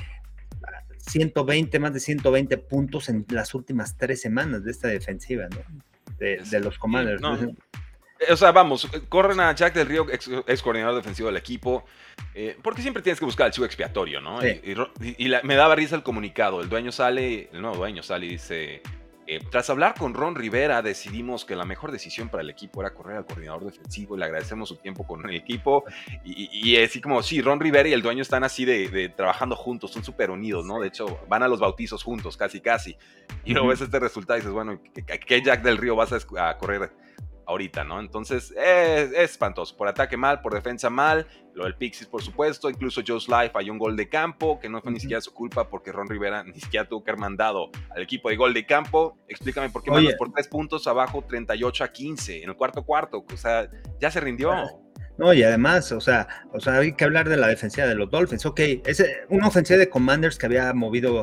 ciento veinte, más de ciento veinte puntos en las últimas tres semanas de esta defensiva, ¿no? De, de los Commanders. Sí, no. O sea, vamos, corren a Jack del Río, ex, ex coordinador defensivo del equipo, eh, porque siempre tienes que buscar el chivo expiatorio, ¿no? Sí. Y, y, y la, me daba risa el comunicado. El dueño sale, el nuevo dueño sale y dice: eh, tras hablar con Ron Rivera, decidimos que la mejor decisión para el equipo era correr al coordinador defensivo. Le agradecemos su tiempo con el equipo. Y, y, y así como, sí, Ron Rivera y el dueño están así de, de trabajando juntos, son súper unidos, ¿no? De hecho, van a los bautizos juntos, casi, casi. Y luego uh-huh. ves este resultado y dices, bueno, ¿qué, qué Jack del Río vas a, a correr ahorita, ¿no? Entonces, es, es espantoso. Por ataque mal, por defensa mal. Lo del Pixies, por supuesto. Incluso Joe Sly falló un gol de campo, que no fue uh-huh. ni siquiera su culpa, porque Ron Rivera ni siquiera tuvo que haber mandado al equipo de gol de campo. Explícame por qué Oye. mandas por tres puntos abajo, treinta y ocho a quince, en el cuarto cuarto. O sea, ya se rindió. No, y además, o sea, o sea, hay que hablar de la defensiva de los Dolphins. Ok, es una ofensiva de Commanders que había movido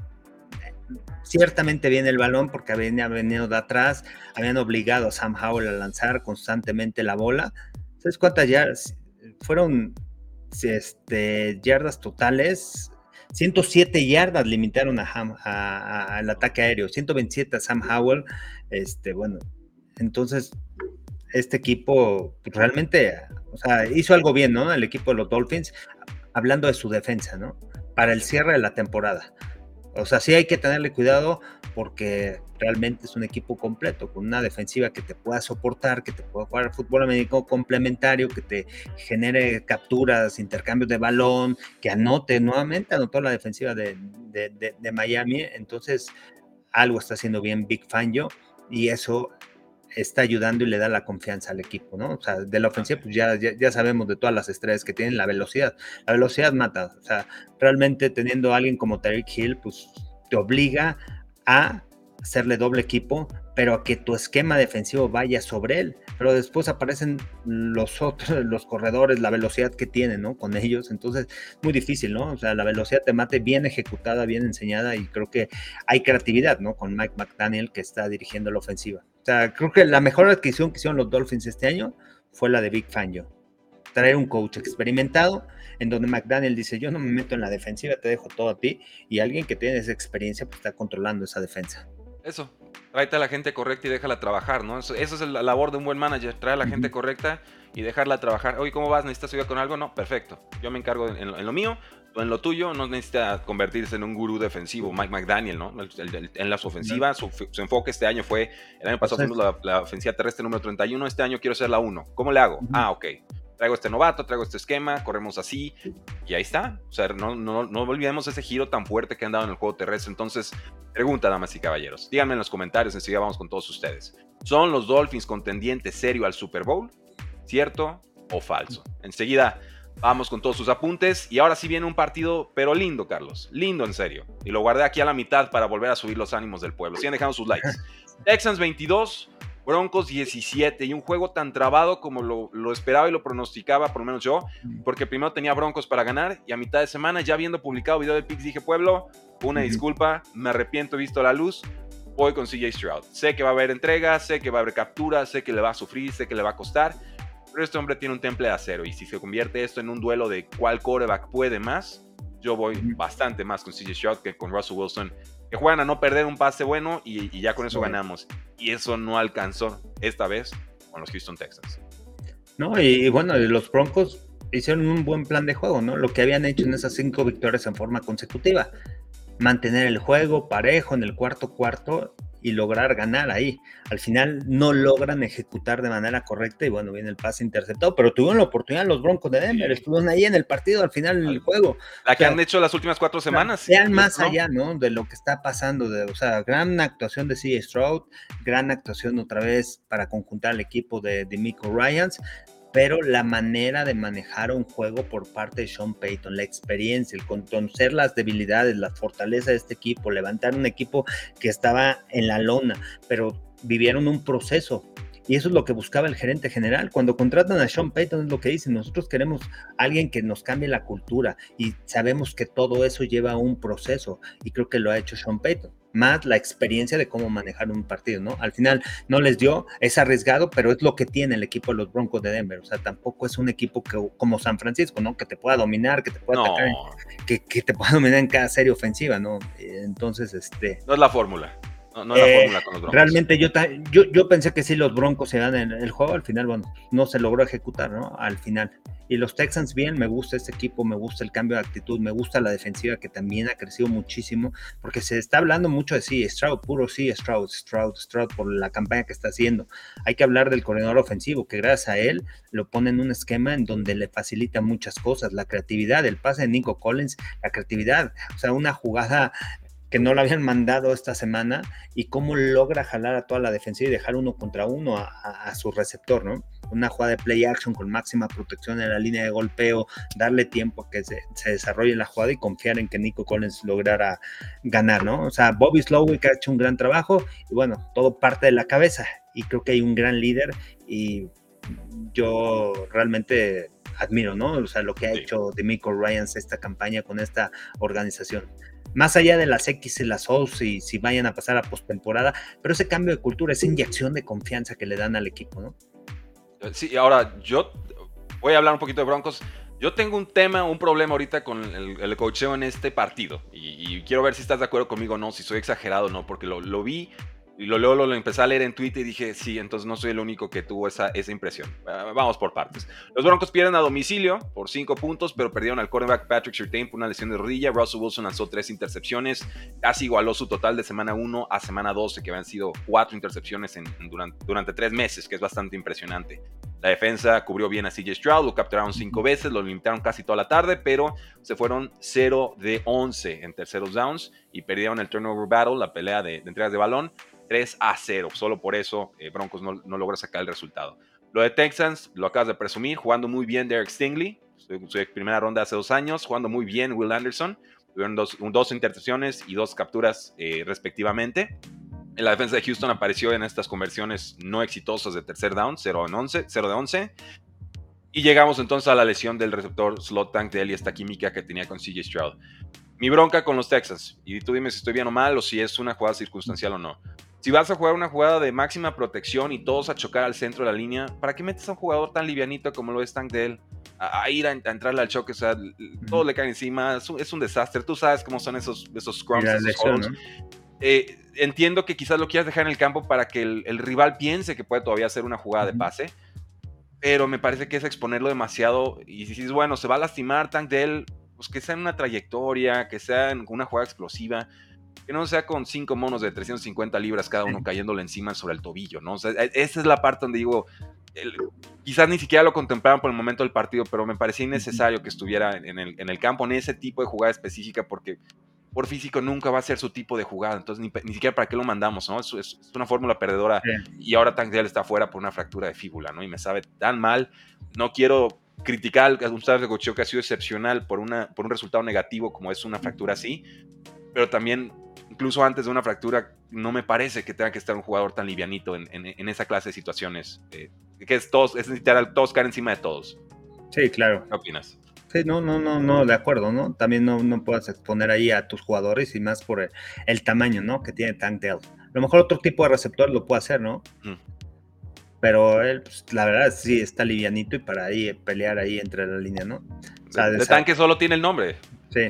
ciertamente bien el balón porque habían venido de atrás, habían obligado a Sam Howell a lanzar constantemente la bola. ¿Sabes cuántas yardas? Fueron este, yardas totales, ciento siete yardas limitaron a Ham, a, a, al ataque aéreo, ciento veintisiete a Sam Howell. Este, bueno, entonces este equipo pues, realmente, o sea, hizo algo bien, ¿no? El equipo de los Dolphins, hablando de su defensa, ¿no? Para el cierre de la temporada. O sea, sí hay que tenerle cuidado porque realmente es un equipo completo, con una defensiva que te pueda soportar, que te pueda jugar fútbol americano complementario, que te genere capturas, intercambios de balón, que anote nuevamente, anotó la defensiva de, de, de, de Miami. Entonces, algo está haciendo bien Big Fangio y eso está ayudando y le da la confianza al equipo, ¿no? O sea, de la ofensiva, pues ya, ya, ya sabemos de todas las estrellas que tienen, la velocidad. La velocidad mata. O sea, realmente teniendo a alguien como Tyreek Hill, pues te obliga a hacerle doble equipo, pero a que tu esquema defensivo vaya sobre él. Pero después aparecen los otros, los corredores, la velocidad que tienen, ¿no? Con ellos. Entonces, muy difícil, ¿no? O sea, la velocidad te mate bien ejecutada, bien enseñada, y creo que hay creatividad, ¿no? Con Mike McDaniel, que está dirigiendo la ofensiva. O sea, creo que la mejor adquisición que hicieron los Dolphins este año fue la de Big Fangio. Traer un coach experimentado, en donde McDaniel dice, yo no me meto en la defensiva, te dejo todo a ti, y alguien que tiene esa experiencia pues está controlando esa defensa. Eso, tráete a la gente correcta y déjala trabajar, ¿no? Eso, eso es la labor de un buen manager, traer a la uh-huh. gente correcta y dejarla trabajar. Oye, ¿cómo vas? ¿Necesitas ayuda con algo? No, perfecto. Yo me encargo en, en, en lo mío, o en lo tuyo. No necesita convertirse en un gurú defensivo, Mike McDaniel, ¿no? El, el, el, en las ofensivas, uh-huh. su, su enfoque este año fue, el año pasado fuimos la, la ofensiva terrestre número treinta y uno, este año quiero ser la uno. ¿Cómo le hago? Uh-huh. Ah, ok. Traigo este novato, traigo este esquema, corremos así, y ahí está. O sea, no, no, no olvidemos ese giro tan fuerte que han dado en el juego terrestre. Entonces, pregunta, damas y caballeros. Díganme en los comentarios, enseguida vamos con todos ustedes. ¿Son los Dolphins contendientes serio al Super Bowl? ¿Cierto o falso? Enseguida vamos con todos sus apuntes. Y ahora sí viene un partido, pero lindo, Carlos. Lindo, en serio. Y lo guardé aquí a la mitad para volver a subir los ánimos del pueblo. Sigan dejando sus likes. Texans veintidós. Broncos diecisiete, y un juego tan trabado como lo, lo esperaba y lo pronosticaba, por lo menos yo, porque primero tenía Broncos para ganar, y a mitad de semana, ya viendo publicado video de Picks, dije, pueblo, una uh-huh. disculpa, me arrepiento, he visto la luz, voy con C J Stroud. Sé que va a haber entrega, sé que va a haber captura, sé que le va a sufrir, sé que le va a costar, pero este hombre tiene un temple de acero, y si se convierte esto en un duelo de cuál quarterback puede más, yo voy uh-huh. bastante más con C J Stroud que con Russell Wilson, que juegan a no perder un pase bueno y, y ya con eso sí. ganamos. Y eso no alcanzó esta vez con los Houston Texans. No, y, y bueno, los Broncos hicieron un buen plan de juego, ¿no? Lo que habían hecho en esas cinco victorias en forma consecutiva. Mantener el juego parejo en el cuarto cuarto y lograr ganar ahí. Al final no logran ejecutar de manera correcta y bueno, viene el pase interceptado, pero tuvieron la oportunidad los Broncos de Denver, sí. estuvieron ahí en el partido al final del juego. La que o sea, han hecho las últimas cuatro semanas. Vean más ¿no? allá, ¿no? De lo que está pasando, de, o sea, gran actuación de C J Stroud, gran actuación otra vez para conjuntar al equipo de DeMeco Ryans, pero la manera de manejar un juego por parte de Sean Payton, la experiencia, el conocer las debilidades, la fortaleza de este equipo, levantar un equipo que estaba en la lona, pero vivieron un proceso. Y eso es lo que buscaba el gerente general. Cuando contratan a Sean Payton es lo que dicen, nosotros queremos a alguien que nos cambie la cultura y sabemos que todo eso lleva un proceso y creo que lo ha hecho Sean Payton. Más la experiencia de cómo manejar un partido, ¿no? Al final no les dio, es arriesgado, pero es lo que tiene el equipo de los Broncos de Denver. O sea, tampoco es un equipo que, como San Francisco, ¿no? Que te pueda dominar, que te pueda no. atacar, que, que te pueda dominar en cada serie ofensiva, ¿no? Entonces, este... No es la fórmula. No, no es la eh, fórmula con los Broncos. Realmente yo, yo, yo pensé que sí los Broncos se dan en el juego, al final, bueno, no se logró ejecutar, ¿no? Al final. Y los Texans bien, me gusta este equipo, me gusta el cambio de actitud, me gusta la defensiva que también ha crecido muchísimo, porque se está hablando mucho de sí, Stroud, puro sí, Stroud, Stroud, Stroud, por la campaña que está haciendo. Hay que hablar del coordinador ofensivo, que gracias a él lo pone en un esquema en donde le facilita muchas cosas, la creatividad, el pase de Nico Collins, la creatividad, o sea, una jugada que no la habían mandado esta semana y cómo logra jalar a toda la defensiva y dejar uno contra uno a, a, a su receptor, ¿no? Una jugada de play action con máxima protección en la línea de golpeo, darle tiempo a que se, se desarrolle la jugada y confiar en que Nico Collins lograra ganar, ¿no? O sea, Bobby Slowick ha hecho un gran trabajo y bueno, todo parte de la cabeza y creo que hay un gran líder y yo realmente admiro, ¿no? O sea, lo que ha hecho DeMeco Ryans esta campaña con esta organización. Más allá de las X y las O y si vayan a pasar a postemporada, pero ese cambio de cultura, esa inyección de confianza que le dan al equipo, ¿no? Sí, ahora yo voy a hablar un poquito de Broncos. Yo tengo un tema, un problema ahorita con el, el coacheo en este partido y, y quiero ver si estás de acuerdo conmigo o no, si soy exagerado o no, porque lo, lo vi Y lo, luego lo, lo empecé a leer en Twitter y dije, sí, entonces no soy el único que tuvo esa, esa impresión. Uh, vamos por partes. Los Broncos pierden a domicilio por cinco puntos, pero perdieron al quarterback Patrick Surtain por una lesión de rodilla. Russell Wilson lanzó tres intercepciones, casi igualó su total de semana uno a semana doce, que habían sido cuatro intercepciones en, en durante, durante tres meses, que es bastante impresionante. La defensa cubrió bien a C J Stroud, lo capturaron cinco veces, lo limitaron casi toda la tarde, pero se fueron cero de once en terceros downs y perdieron el turnover battle, la pelea de, de entregas de balón, tres a cero. Solo por eso eh, Broncos no, no logra sacar el resultado. Lo de Texans, lo acabas de presumir, jugando muy bien Derek Stingley, su, su primera ronda hace dos años, jugando muy bien Will Anderson, tuvieron dos, dos intercepciones y dos capturas eh, respectivamente. La defensa de Houston apareció en estas conversiones no exitosas de tercer down, cero de once. Y llegamos entonces a la lesión del receptor slot tank de él y esta química que tenía con C J Stroud. Mi bronca con los Texans, y tú dime si estoy bien o mal o si es una jugada circunstancial o no. Si vas a jugar una jugada de máxima protección y todos a chocar al centro de la línea, ¿para qué metes a un jugador tan livianito como lo es Tank Dell a, a ir a, a entrarle al choque? O sea, todo le cae encima, es un, es un desastre. Tú sabes cómo son esos, esos scrums, esos lesión, ¿no? Eh, entiendo que quizás lo quieras dejar en el campo para que el, el rival piense que puede todavía hacer una jugada uh-huh. de pase, pero me parece que es exponerlo demasiado. Y si dices, bueno, se va a lastimar Tank Dell, pues que sea en una trayectoria, que sea en una jugada explosiva, que no sea con cinco monos de trescientas cincuenta libras cada uno cayéndole encima sobre el tobillo, ¿no? O sea, esa es la parte donde digo, el, quizás ni siquiera lo contemplaban por el momento del partido, pero me parecía innecesario que estuviera en el, en el campo en ese tipo de jugada específica, porque por físico nunca va a ser su tipo de jugada, entonces ni, ni siquiera para qué lo mandamos, ¿no? Es, es, es una fórmula perdedora, sí. Y ahora Tank Dell está fuera por una fractura de fíbula, ¿no? Y me sabe tan mal. No quiero criticar a un staff de coacheo que ha sido excepcional por, una, por un resultado negativo como es una fractura así, pero también, incluso antes de una fractura, no me parece que tenga que estar un jugador tan livianito en, en, en esa clase de situaciones, eh, que es, todos, es literal, todos caen encima de todos. Sí, claro. ¿Qué opinas? Sí, no, no, no, no, de acuerdo, ¿no? También no, no puedes exponer ahí a tus jugadores y más por el, el tamaño, ¿no? Que tiene Tank Dell. A lo mejor otro tipo de receptor lo puede hacer, ¿no? Mm. Pero él, pues, la verdad, sí está livianito y para ahí pelear ahí entre la línea, ¿no? O sea, de, de tanque solo tiene el nombre. Sí.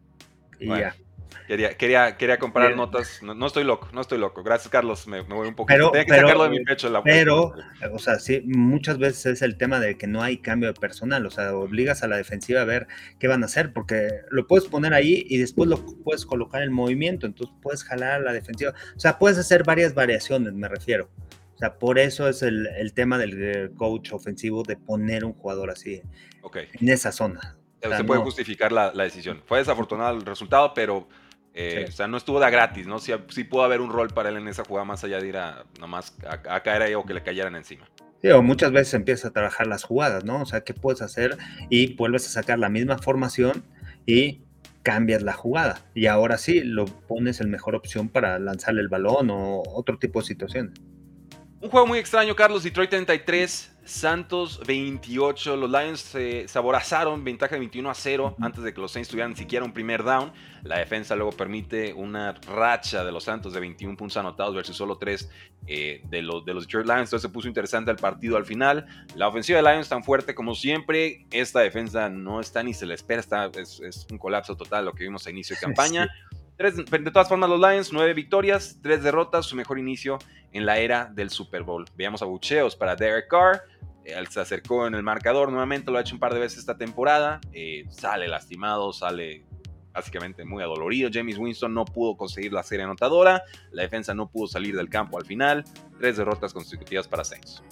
Y bueno, ya. Quería, quería, quería comparar Bien. notas. No, no estoy loco, no estoy loco. Gracias, Carlos. Me, me voy un poquito. Pero, Tenía que pero, sacarlo de mi pecho. La pero, o sea, sí, muchas veces es el tema de que no hay cambio de personal. O sea, obligas a la defensiva a ver qué van a hacer, porque lo puedes poner ahí y después lo puedes colocar en movimiento. Entonces puedes jalar a la defensiva. O sea, puedes hacer varias variaciones, me refiero. O sea, por eso es el, el tema del coach ofensivo de poner un jugador así okay. en esa zona. O sea, se puede no. justificar la, la decisión. Fue desafortunado el resultado, pero eh, sí. o sea, no estuvo de gratis, ¿no? Sí, sí pudo haber un rol para él en esa jugada más allá de ir a nomás a, a caer ahí o que le cayeran encima. Sí, o muchas veces empieza a trabajar las jugadas, ¿no? O sea, ¿qué puedes hacer? Y vuelves a sacar la misma formación y cambias la jugada. Y ahora sí, lo pones en mejor opción para lanzarle el balón o otro tipo de situaciones. Un juego muy extraño, Carlos. Detroit treinta y tres, Santos veintiocho. Los Lions se saborazaron, ventaja de veintiuno a cero antes de que los Saints tuvieran siquiera un primer down. La defensa luego permite una racha de los Santos de veintiún puntos anotados versus solo tres eh, de, los, de los Detroit Lions. Entonces se puso interesante el partido al final. La ofensiva de Lions tan fuerte como siempre. Esta defensa no está ni se le espera. Está, es, es un colapso total lo que vimos a inicio de campaña. Sí. Tres, de todas formas, los Lions, nueve victorias, tres derrotas, su mejor inicio en la era del Super Bowl. Veamos abucheos para Derek Carr. Él se acercó en el marcador nuevamente, lo ha hecho un par de veces esta temporada. Eh, sale lastimado, sale básicamente muy adolorido. Jameis Winston no pudo conseguir la serie anotadora. La defensa no pudo salir del campo al final. Tres derrotas consecutivas para Saints.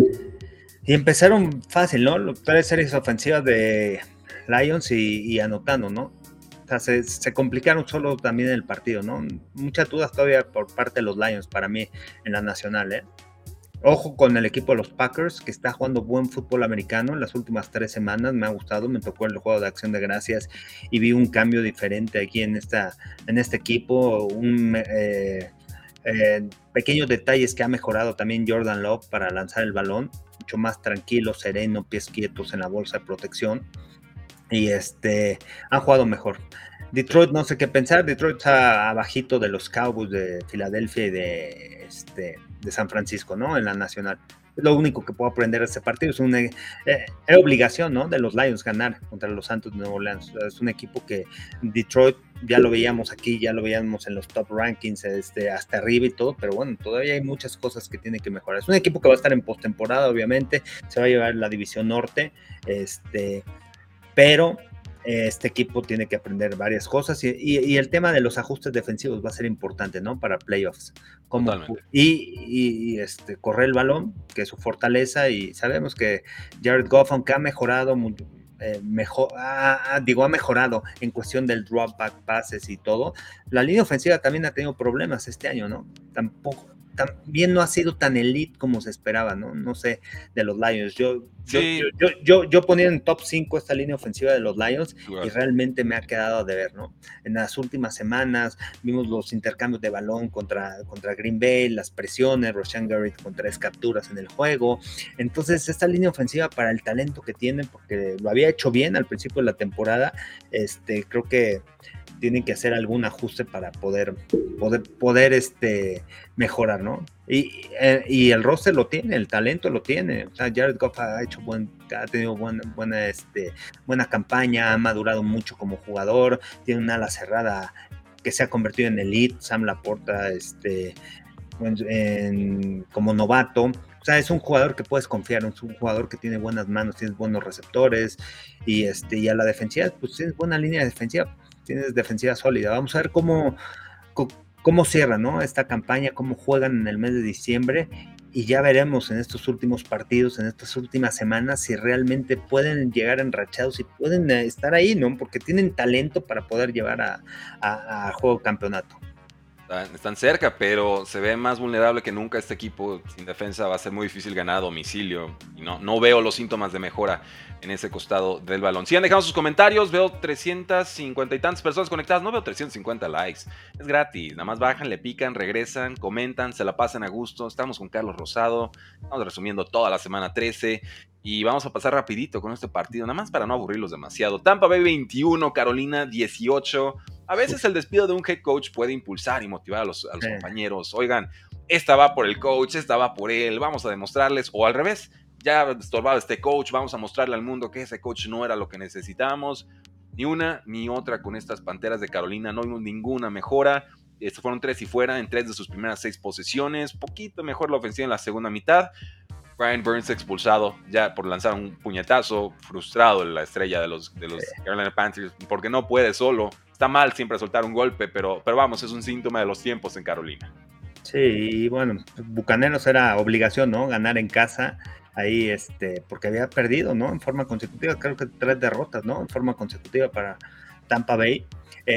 Y empezaron fácil, ¿no? Tres series ofensivas de Lions y, y anotando, ¿no? O sea, se, se complicaron solo también el partido, ¿no? Muchas dudas todavía por parte de los Lions para mí en la nacional, ¿eh? Ojo con el equipo de los Packers, que está jugando buen fútbol americano en las últimas tres semanas. Me ha gustado, me tocó el juego de Acción de Gracias y vi un cambio diferente aquí en, esta, en este equipo. Un, eh, eh, pequeños detalles que ha mejorado también Jordan Love para lanzar el balón. Mucho más tranquilo, sereno, pies quietos en la bolsa de protección. Y este, han jugado mejor. Detroit, no sé qué pensar. Detroit está abajito de los Cowboys de Filadelfia y de, este, de San Francisco, ¿no? En la nacional. Lo único que puedo aprender de este partido es una eh, obligación, ¿no? De los Lions ganar contra los Santos de Nueva Orleans. Es un equipo que Detroit ya lo veíamos aquí, ya lo veíamos en los top rankings, este, hasta arriba y todo, pero bueno, todavía hay muchas cosas que tiene que mejorar. Es un equipo que va a estar en postemporada, obviamente, se va a llevar la división norte, este, pero este equipo tiene que aprender varias cosas y, y, y el tema de los ajustes defensivos va a ser importante, ¿no? Para playoffs. Como, y, y, y este, correr el balón, que es su fortaleza, y sabemos que Jared Goff, aunque ha mejorado, eh, mejor, ah, digo, ha mejorado en cuestión del drop back passes y todo, la línea ofensiva también ha tenido problemas este año, ¿no? Tampoco, también no ha sido tan elite como se esperaba, ¿no? No sé, de los Lions. Yo, sí. yo, yo, yo, yo ponía en top cinco esta línea ofensiva de los Lions claro. Y realmente me ha quedado de ver, ¿no? En las últimas semanas vimos los intercambios de balón contra, contra Green Bay, las presiones, Rashan Gary con tres capturas en el juego. Entonces, esta línea ofensiva para el talento que tiene, porque lo había hecho bien al principio de la temporada, este, creo que tienen que hacer algún ajuste para poder, poder, poder este, mejorar, ¿no? Y, eh, y el roster lo tiene, el talento lo tiene. O sea, Jared Goff ha hecho buen, ha tenido buena, buena, este, buena campaña, ha madurado mucho como jugador, tiene una ala cerrada que se ha convertido en elite, Sam Laporta, este, en, en, como novato. O sea, es un jugador que puedes confiar, es un jugador que tiene buenas manos, tiene buenos receptores, y, este, y a la defensiva, pues tienes buena línea defensiva, tienes defensiva sólida. Vamos a ver cómo, cómo cierra, ¿no? Esta campaña, cómo juegan en el mes de diciembre, y ya veremos en estos últimos partidos, en estas últimas semanas, si realmente pueden llegar enrachados y pueden estar ahí, ¿no? Porque tienen talento para poder llevar a, a, a juego campeonato. Están cerca, pero se ve más vulnerable que nunca este equipo sin defensa. Va a ser muy difícil ganar a domicilio y no, no veo los síntomas de mejora en ese costado del balón. Sigan dejando sus comentarios, veo trescientas cincuenta y tantas personas conectadas, no veo trescientos cincuenta likes, es gratis, nada más bajan, le pican, regresan, comentan, se la pasan a gusto. Estamos con Carlos Rosado, estamos resumiendo toda la semana trece y vamos a pasar rapidito con este partido, nada más para no aburrirlos demasiado. Tampa Bay veintiuno, Carolina dieciocho. A veces el despido de un head coach puede impulsar y motivar a los, a los sí. compañeros. Oigan, esta va por el coach, esta va por él, vamos a demostrarles. O al revés, ya estorbaba este coach, vamos a mostrarle al mundo que ese coach no era lo que necesitábamos. Ni una ni otra con estas Panteras de Carolina, no vimos ninguna mejora. Estos fueron tres y fuera en tres de sus primeras seis posesiones. Poquito mejor la ofensiva en la segunda mitad. Brian Burns expulsado ya por lanzar un puñetazo, frustrado la estrella de los, de los sí. Carolina Panthers, porque no puede solo. Está mal siempre soltar un golpe, pero, pero vamos, es un síntoma de los tiempos en Carolina. Sí, y bueno, Bucaneros era obligación, ¿no? Ganar en casa, ahí, este, porque había perdido, ¿no? En forma consecutiva, creo que tres derrotas, ¿no? En forma consecutiva para Tampa Bay,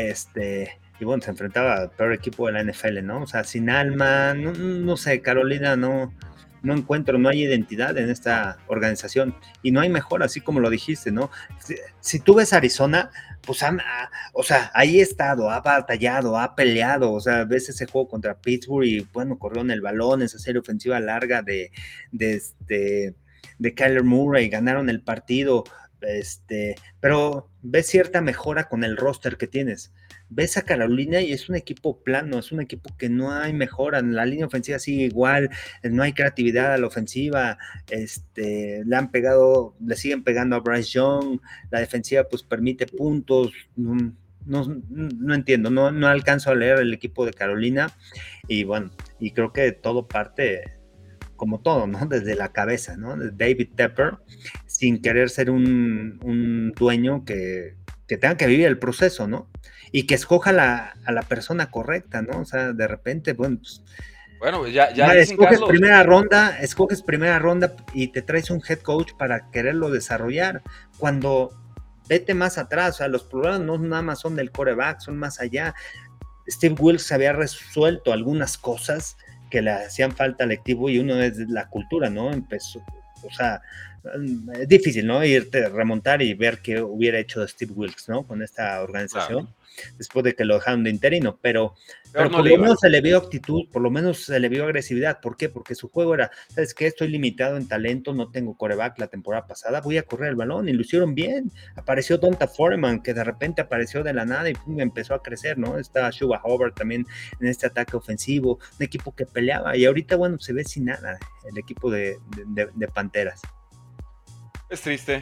este, y bueno, se enfrentaba al peor equipo de la N F L, ¿no? O sea, sin alma, no, no sé, Carolina no... no encuentro, no hay identidad en esta organización y no hay mejor, así como lo dijiste, ¿no? Si, si tú ves Arizona, pues, han, ha, o sea, ahí ha estado, ha batallado, ha peleado, o sea, ves ese juego contra Pittsburgh y, bueno, corrió en el balón, esa serie ofensiva larga de, de, de, de Kyler Murray, ganaron el partido, este, pero ves cierta mejora con el roster que tienes. Ves a Carolina y es un equipo plano, es un equipo que no hay mejora, la línea ofensiva sigue igual, no hay creatividad a la ofensiva, este, le han pegado, le siguen pegando a Bryce Young, la defensiva pues permite puntos, no, no, no entiendo, no, no alcanzo a leer el equipo de Carolina y bueno, y creo que todo parte como todo, ¿no? Desde la cabeza, ¿no? De David Tepper, sin querer ser un, un dueño que, que tenga que vivir el proceso, ¿no? Y que escoja la, a la persona correcta, ¿no? O sea, de repente, bueno, pues, bueno, ya, ya escoges Carlos. primera ronda, escoges primera ronda y te traes un head coach para quererlo desarrollar, cuando vete más atrás, o sea, los problemas no nada más son del quarterback, son más allá. Steve Wilkes había resuelto algunas cosas que le hacían falta al equipo y uno es la cultura, ¿no? Empezó, o sea, es difícil, ¿no? Irte, remontar y ver qué hubiera hecho Steve Wilkes, ¿no? Con esta organización, claro. Después de que lo dejaron de interino, pero, pero, pero no por lo menos se le vio actitud, por lo menos se le vio agresividad. ¿Por qué? Porque su juego era, ¿sabes qué? Estoy limitado en talento, no tengo quarterback la temporada pasada, voy a correr el balón, y lo hicieron bien. Apareció Donta Foreman, que de repente apareció de la nada y pum, empezó a crecer, ¿no? Está Chuba Hubbard también en este ataque ofensivo, un equipo que peleaba, y ahorita, bueno, se ve sin nada el equipo de, de, de, de Panteras. Es triste,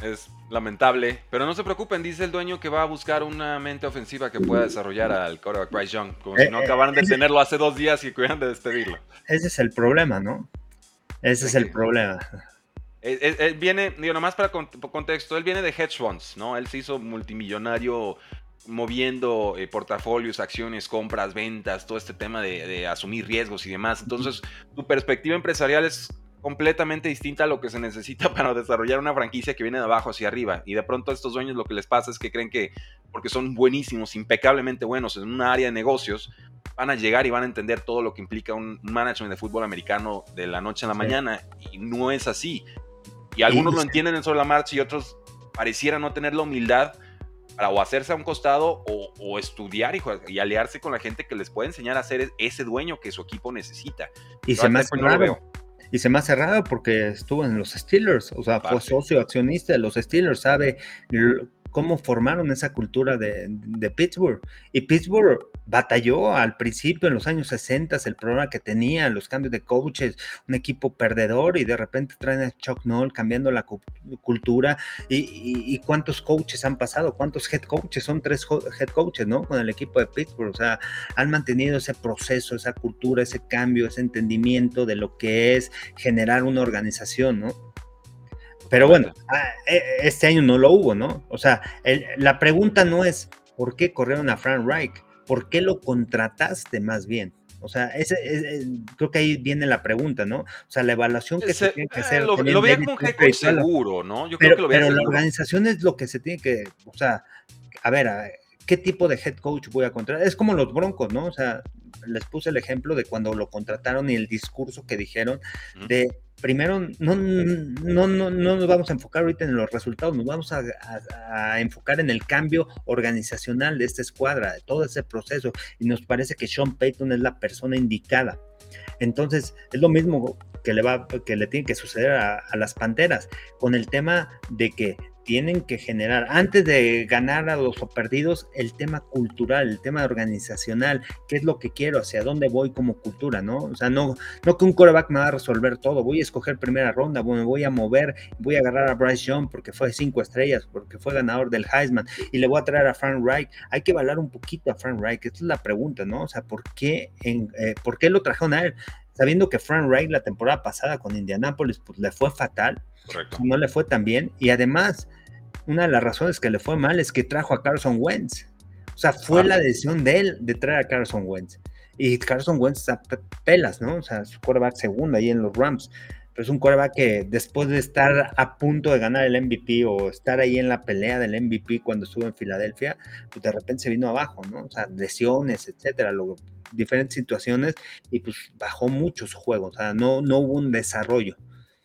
es lamentable, pero no se preocupen, dice el dueño que va a buscar una mente ofensiva que pueda desarrollar al quarterback Bryce Young, como Eh, si no eh, acabaran de ese, tenerlo hace dos días y que hubieran de despedirlo. ese es el problema, ¿no? Ese es Creen el que problema. él, él- él viene, digo, nomás para con- contexto, él viene de hedge funds, ¿no? Él se hizo multimillonario moviendo eh, portafolios, acciones, compras, ventas, todo este tema de, de asumir riesgos y demás. Entonces, tu perspectiva empresarial es completamente distinta a lo que se necesita para desarrollar una franquicia que viene de abajo hacia arriba. Y de pronto a estos dueños lo que les pasa es que creen que, porque son buenísimos, impecablemente buenos en una área de negocios, van a llegar y van a entender todo lo que implica un management de fútbol americano de la noche a la Sí. mañana. Y no es así. Y Y, algunos y lo se- entienden sobre la marcha y otros parecieran no tener la humildad para o hacerse a un costado o, o estudiar y, y aliarse con la gente que les puede enseñar a ser ese dueño que su equipo necesita. y Yo se a me hace Teco no lo raro. veo. Y se me hace raro porque estuvo en los Steelers, o sea, fue Aparte. socio accionista de los Steelers, sabe l- cómo formaron esa cultura de, de Pittsburgh. Y Pittsburgh batalló al principio, en los años sesenta, el problema que tenía, los cambios de coaches, un equipo perdedor, y de repente traen a Chuck Noll cambiando la cu- cultura. Y, y- y cuántos coaches han pasado, cuántos head coaches, son tres ho- head coaches, ¿no? Con el equipo de Pittsburgh, o sea, han mantenido ese proceso, esa cultura, ese cambio, ese entendimiento de lo que es generar una organización, ¿no? Pero bueno, Totalmente. ah, e- este año no lo hubo, ¿no? O sea, el- la pregunta no es ¿por qué corrieron a Frank Reich? ¿Por qué lo contrataste más bien? O sea, ese, ese- creo que ahí viene la pregunta, ¿no? O sea, la evaluación que se Ese, tiene que eh, hacer, lo, lo teniendo veía David como un head Tepper coach y toda la- seguro, ¿no? Yo creo pero, que lo veía pero la seguro. organización es lo que se tiene que, o sea, a ver, a- ¿qué tipo de head coach voy a contratar? Es como los Broncos, ¿no? O sea, les puse el ejemplo de cuando lo contrataron y el discurso que dijeron Ujú. de primero, no, no, no, no nos vamos a enfocar ahorita en los resultados, nos vamos a, a, a enfocar en el cambio organizacional de esta escuadra, de todo ese proceso, y nos parece que Sean Payton es la persona indicada. Entonces, es lo mismo que le, va, que le tiene que suceder a, a las Panteras, con el tema de que tienen que generar, antes de ganar a los perdidos, el tema cultural, el tema organizacional, qué es lo que quiero, hacia dónde voy como cultura, ¿no? O sea, no, no que un quarterback me va a resolver todo, voy a escoger primera ronda, me voy a mover, voy a agarrar a Bryce Young porque fue cinco estrellas, porque fue ganador del Heisman, y le voy a traer a Frank Reich. Hay que evaluar un poquito a Frank Reich, esta es la pregunta, ¿no? O sea, ¿por qué, en, eh, ¿por qué lo trajeron a él? Sabiendo que Frank Reich la temporada pasada con Indianapolis pues le fue fatal, Correcto. no le fue tan bien, y además una de las razones que le fue mal es que trajo a Carson Wentz. O sea, fue Aparte. la decisión de él de traer a Carson Wentz. Y Carson Wentz está pelas, ¿no? O sea, su quarterback segundo ahí en los Rams. Pero es un quarterback que después de estar a punto de ganar el M V P o estar ahí en la pelea del M V P cuando estuvo en Filadelfia, pues de repente se vino abajo, ¿no? O sea, lesiones, etcétera, luego, diferentes situaciones, y pues bajó mucho su juego. O sea, no, no hubo un desarrollo.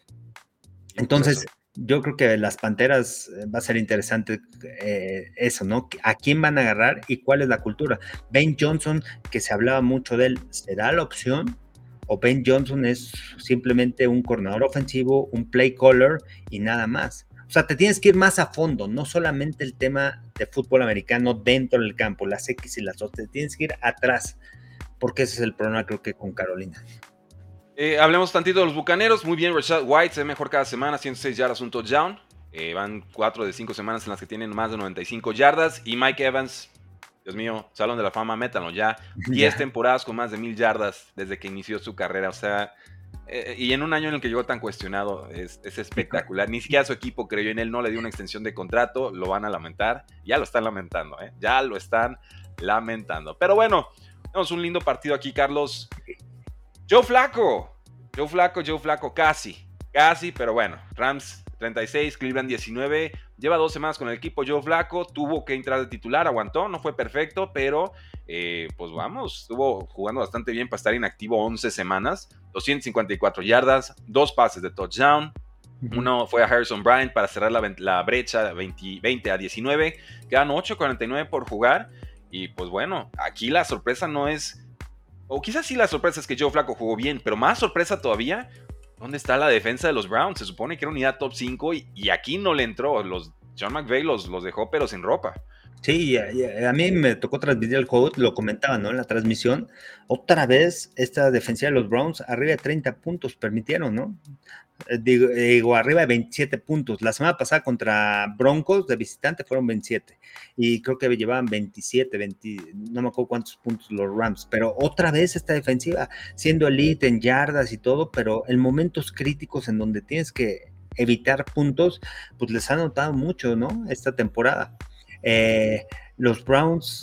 Entonces, yo creo que las Panteras eh, va a ser interesante eh, eso, ¿no? ¿A quién van a agarrar y cuál es la cultura? Ben Johnson, que se hablaba mucho de él, ¿será la opción? ¿O Ben Johnson es simplemente un coordinador ofensivo, un play caller y nada más? O sea, te tienes que ir más a fondo, no solamente el tema de fútbol americano dentro del campo, las X y las O, te tienes que ir atrás, porque ese es el problema creo que con Carolina. Eh, hablemos tantito de los Bucaneros. Muy bien, Rashad White se ve mejor cada semana, ciento seis yardas, un touchdown. Eh, van cuatro de cinco semanas en las que tienen más de noventa y cinco yardas. Y Mike Evans, Dios mío, Salón de la Fama, métanlo ya. diez Ya. temporadas con más de mil yardas desde que inició su carrera. O sea, eh, y en un año en el que llegó tan cuestionado, es, es espectacular. Ni siquiera su equipo creyó en él, no le dio una extensión de contrato. Lo van a lamentar. Ya lo están lamentando, ¿eh? Ya lo están lamentando. Pero bueno, tenemos un lindo partido aquí, Carlos. Joe Flacco, Joe Flacco, Joe Flacco, casi, casi, pero bueno, Rams treinta y seis, Cleveland diecinueve, lleva dos semanas con el equipo. Joe Flacco tuvo que entrar de titular, aguantó, no fue perfecto, pero eh, pues vamos, estuvo jugando bastante bien para estar inactivo once semanas, doscientas cincuenta y cuatro yardas, dos pases de touchdown. Uh-huh. Uno fue a Harrison Bryant para cerrar la, la brecha veinte, veinte a diecinueve, quedan ocho cuarenta y nueve por jugar, y pues bueno, aquí la sorpresa no es... O quizás sí la sorpresa es que Joe Flacco jugó bien, pero más sorpresa todavía, ¿dónde está la defensa de los Browns? Se supone que era unidad top cinco y, y aquí no le entró. Los, Sean McVay los, los dejó pero sin ropa. Sí, a, a mí me tocó transmitir el juego, lo comentaba, ¿no? En la transmisión, otra vez esta defensiva de los Browns, arriba de treinta puntos permitieron, ¿no? eh, digo, digo, arriba de veintisiete puntos. La semana pasada contra Broncos de visitante fueron veintisiete y creo que llevaban veintisiete, veinte, no me acuerdo cuántos puntos los Rams, pero otra vez esta defensiva siendo elite en yardas y todo, pero en momentos críticos en donde tienes que evitar puntos, pues les ha notado mucho, ¿no? Esta temporada. Eh, los Browns,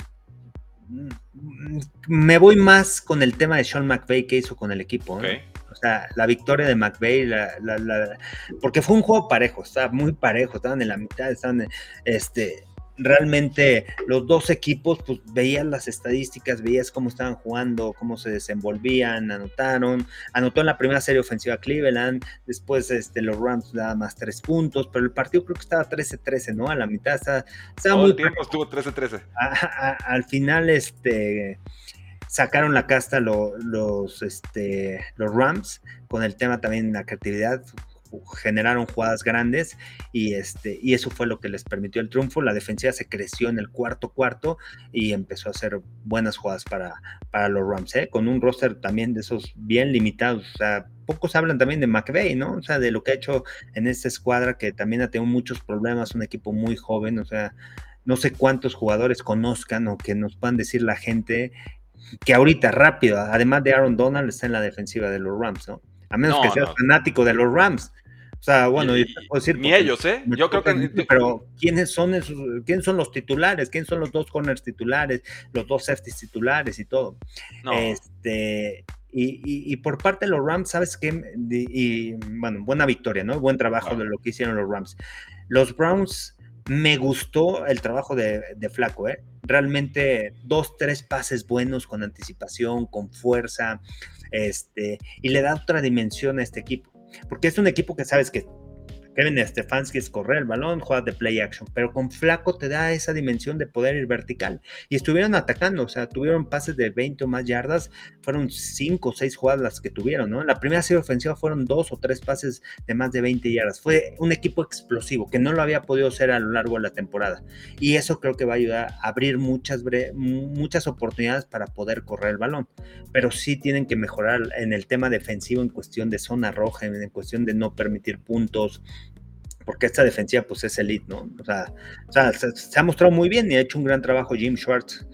me voy más con el tema de Sean McVay que hizo con el equipo, ¿no? Ok. O sea, la victoria de McVay, la, la, la, porque fue un juego parejo, estaba muy parejo, estaban en la mitad, estaban, este, realmente los dos equipos, pues veías las estadísticas, veías cómo estaban jugando, cómo se desenvolvían, anotaron, anotó en la primera serie ofensiva Cleveland, después este, los Rams daban más tres puntos, pero el partido creo que estaba trece trece, ¿no? A la mitad estaba, estaba Todo muy el tiempo estuvo trece trece. A, a, al final, este, sacaron la casta lo, los, este, los Rams con el tema también de la creatividad, generaron jugadas grandes y, este, y eso fue lo que les permitió el triunfo. La defensiva se creció en el cuarto cuarto y empezó a hacer buenas jugadas para, para los Rams, ¿eh? Con un roster también de esos bien limitados. O sea, pocos hablan también de McVay, ¿no? O sea, de lo que ha hecho en esta escuadra que también ha tenido muchos problemas, un equipo muy joven, o sea, no sé cuántos jugadores conozcan o que nos puedan decir la gente que ahorita rápido, además de Aaron Donald, está en la defensiva de los Rams, ¿no? A menos que No, seas no. fanático de los Rams. O sea, bueno, Y, yo y- te puedo decir ni porque ellos, ¿eh? me Yo creo toca que. mucho, pero ¿quiénes son esos? ¿Quiénes son los titulares? ¿Quiénes son los dos corners titulares? Los dos safeties titulares y todo. No. Este, y, y, y por parte de los Rams, ¿sabes qué? Y, y, bueno, buena victoria, ¿no? Buen trabajo Claro. de lo que hicieron los Rams. Los Browns, me gustó el trabajo de, de Flaco, ¿eh? Realmente dos, tres pases buenos con anticipación, con fuerza, este, y le da otra dimensión a este equipo, porque es un equipo que sabes que Kevin Stefanski es correr el balón, jugar de play action, pero con Flaco te da esa dimensión de poder ir vertical. Y estuvieron atacando, o sea, tuvieron pases de veinte o más yardas, fueron cinco o seis jugadas las que tuvieron, ¿no? En la primera serie ofensiva fueron dos o tres pases de más de veinte yardas. Fue un equipo explosivo que no lo había podido ser a lo largo de la temporada. Y eso creo que va a ayudar a abrir muchas, muchas oportunidades para poder correr el balón. Pero sí tienen que mejorar en el tema defensivo, en cuestión de zona roja, en cuestión de no permitir puntos, porque esta defensiva pues es elite, ¿no? O sea, o sea se, se, ha mostrado muy bien y ha hecho un gran trabajo Jim Schwartz,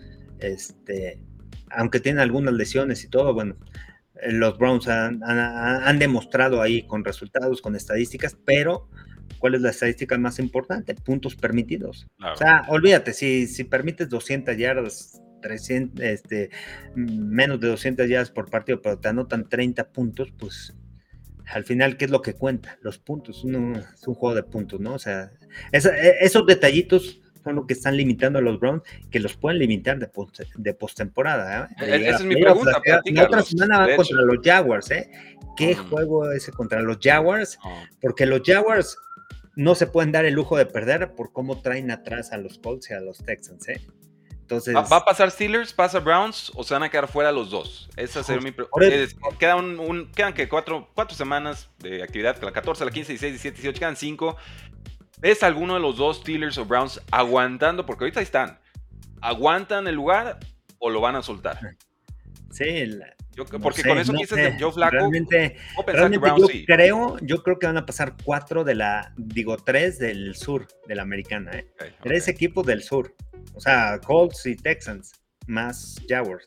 este, aunque tiene algunas lesiones y todo, bueno, los Browns han, han, han demostrado ahí con resultados, con estadísticas, pero ¿cuál es la estadística más importante? Puntos permitidos. Claro. O sea, olvídate, si, si permites doscientas yardas, trescientas, este, menos de doscientas yardas por partido, pero te anotan treinta puntos, pues al final, ¿qué es lo que cuenta? Los puntos, uno, es un juego de puntos, ¿no? O sea, esa, esos detallitos son lo que están limitando a los Browns, que los pueden limitar de, post, de postemporada. ¿eh? De Esa es mi pregunta para ti, la otra semana van contra los Jaguars, ¿eh? ¿Qué um, juego ese contra los Jaguars? Um, porque los Jaguars no se pueden dar el lujo de perder por cómo traen atrás a los Colts y a los Texans, ¿eh? Entonces, ¿Va, ¿Va a pasar Steelers, pasa Browns o se van a quedar fuera los dos? Esa sería mi pregunta. Quedan, un, quedan que cuatro, cuatro semanas de actividad, la catorce, la quince, dieciséis, diecisiete, dieciocho, quedan cinco. ¿Ves alguno de los dos, Steelers o Browns, aguantando? Porque ahorita están. ¿Aguantan el lugar o lo van a soltar? Sí, la, yo, porque no sé, con eso no que dices de Joe Flacco, realmente, realmente yo sí. creo, yo creo que van a pasar cuatro de la, digo, tres del sur de la americana, ¿eh? Okay, okay. Tres equipos del sur. O sea, Colts y Texans, más Jaguars.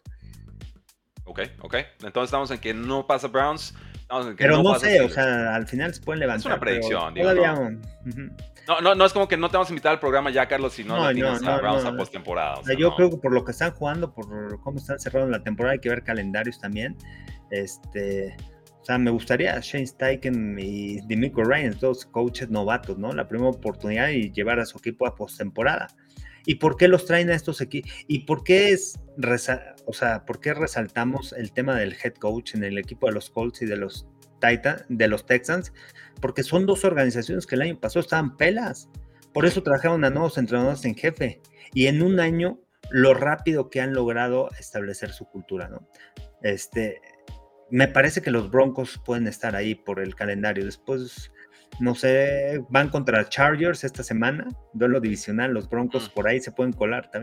Ok, ok. Entonces estamos en que no pasa Browns. En que pero no, no pasa sé, Steelers. O sea, al final se pueden levantar. Es una predicción, digo, todavía no. Un... Uh-huh. No, no, no es como que no te vamos a invitar al programa ya, Carlos, si no, no, no tienes no, a Browns no, a postemporada. O sea, yo no. creo que por lo que están jugando, por cómo están cerrados en la temporada, hay que ver calendarios también. Este, o sea, me gustaría Shane Steichen y D'Amico Ryan, dos coaches novatos, ¿no? La primera oportunidad y llevar a su equipo a postemporada. ¿Y por qué los traen a estos equipos? ¿Y por qué es, o sea, por qué resaltamos el tema del head coach en el equipo de los Colts y de los Titans, de los Texans? Porque son dos organizaciones que el año pasado estaban pelas. Por eso trajeron a nuevos entrenadores en jefe. Y en un año, lo rápido que han logrado establecer su cultura, ¿no? Este, me parece que los Broncos pueden estar ahí por el calendario. Después, no sé, van contra Chargers esta semana, duelo divisional. Los Broncos por ahí se pueden colar también.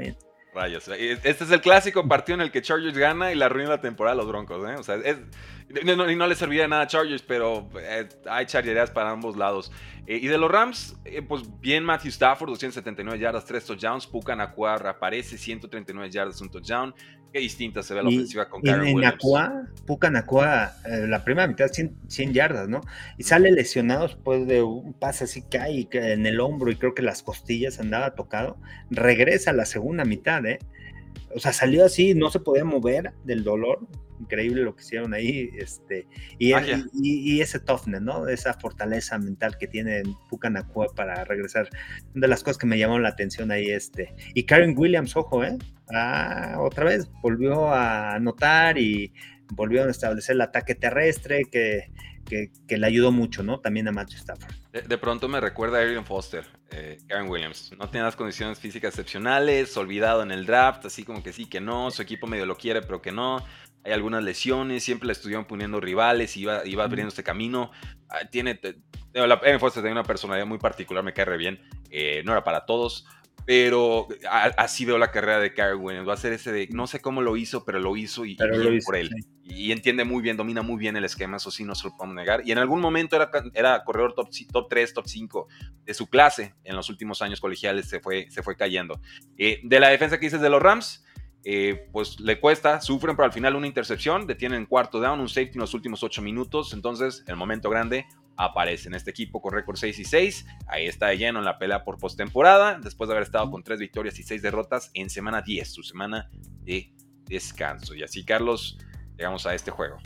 Rayos. Este es el clásico partido en el que Chargers gana y la arruina la temporada a los Broncos, ¿eh? O sea, es, no, no, y no le serviría de nada a Chargers, pero eh, hay charrerías para ambos lados. Eh, y de los Rams, eh, pues bien Matthew Stafford, doscientas setenta y nueve yardas, tres touchdowns. Puka Nacua reaparece, ciento treinta y nueve yardas, un touchdown. Qué distinta se ve la Y, ofensiva con y Kyren en Williams. Nakua, Puka Nakua, eh, la primera mitad cien, cien yardas, ¿no? Y sale lesionado después de un pase así, cae en el hombro y creo que las costillas andaba tocado. Regresa a la segunda mitad, ¿eh? O sea, salió así, no se podía mover del dolor. Increíble lo que hicieron ahí, este, y, Ah, y, y, y ese toughness, ¿no? Esa fortaleza mental que tiene Puka Nacua para regresar. Una de las cosas que me llamó la atención ahí, este, y Kyren Williams, ojo, ¿eh? Ah, otra vez volvió a anotar y volvieron a establecer el ataque terrestre que, que, que le ayudó mucho, ¿no? También a Matthew Stafford. De, de pronto me recuerda a Arian Foster, eh, Kyren Williams. No tiene las condiciones físicas excepcionales, olvidado en el draft, así como que sí, que no, su equipo medio lo quiere, pero que no. Hay algunas lesiones, siempre le estuvieron poniendo rivales, iba, iba abriendo este camino. Ah, tiene, te, Arian Foster tiene una personalidad muy particular, me cae re bien. Eh, no era para todos, pero a, así veo la carrera de Kyren Williams. Va a ser ese de, no sé cómo lo hizo, pero lo hizo y, pero y bien bien lo hizo, por él. sí. Y entiende muy bien, domina muy bien el esquema, eso sí, no se lo podemos negar. Y en algún momento era, era corredor top, top tres, top cinco de su clase. En los últimos años colegiales se fue, se fue cayendo. Eh, de la defensa que dices de los Rams, eh, pues le cuesta, sufren, pero al final una intercepción, detienen cuarto down, un safety en los últimos ocho minutos. Entonces, el momento grande aparece en este equipo con récord seis y seis. Ahí está de lleno en la pelea por postemporada, después de haber estado con tres victorias y seis derrotas en semana diez, su semana de descanso. Y así, Carlos, llegamos a este juego.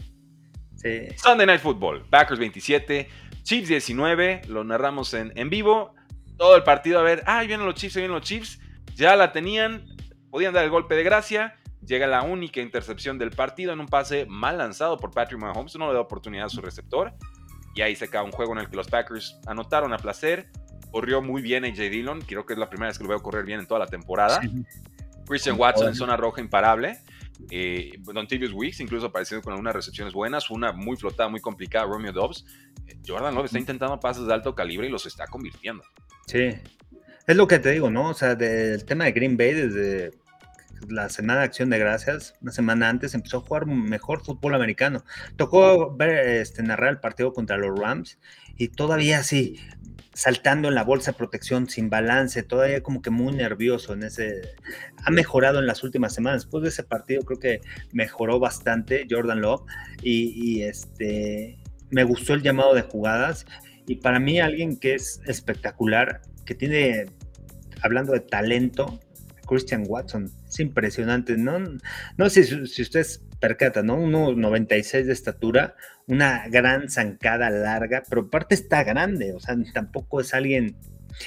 Sí. Sunday Night Football, Packers veintisiete, Chiefs diecinueve, lo narramos en, en vivo, todo el partido a ver, ah, ahí vienen los Chiefs, ahí vienen los Chiefs, ya la tenían, podían dar el golpe de gracia, llega la única intercepción del partido en un pase mal lanzado por Patrick Mahomes, no le da oportunidad a su receptor, y ahí se acaba un juego en el que los Packers anotaron a placer, corrió muy bien A J Dillon, creo que es la primera vez que lo veo correr bien en toda la temporada, sí. Christian Watson en zona roja imparable, Eh, Dontavius Weeks incluso apareciendo con algunas recepciones buenas, una muy flotada, muy complicada, Romeo Dobbs. eh, Jordan Love está intentando pases de alto calibre y los está convirtiendo. Sí, es lo que te digo, ¿no? O sea, del tema de Green Bay desde la semana de Acción de Gracias, una semana antes empezó a jugar mejor fútbol americano. Tocó ver, este, narrar el partido contra los Rams y todavía así saltando en la bolsa de protección sin balance, todavía como que muy nervioso en ese, ha mejorado en las últimas semanas. Después de ese partido creo que mejoró bastante Jordan Love y, y este me gustó el llamado de jugadas y para mí alguien que es espectacular, que tiene, hablando de talento, Christian Watson, es impresionante, no, no sé si, si ustedes percatan, ¿no? uno noventa y seis de estatura, una gran zancada larga, pero aparte está grande, o sea, tampoco es alguien,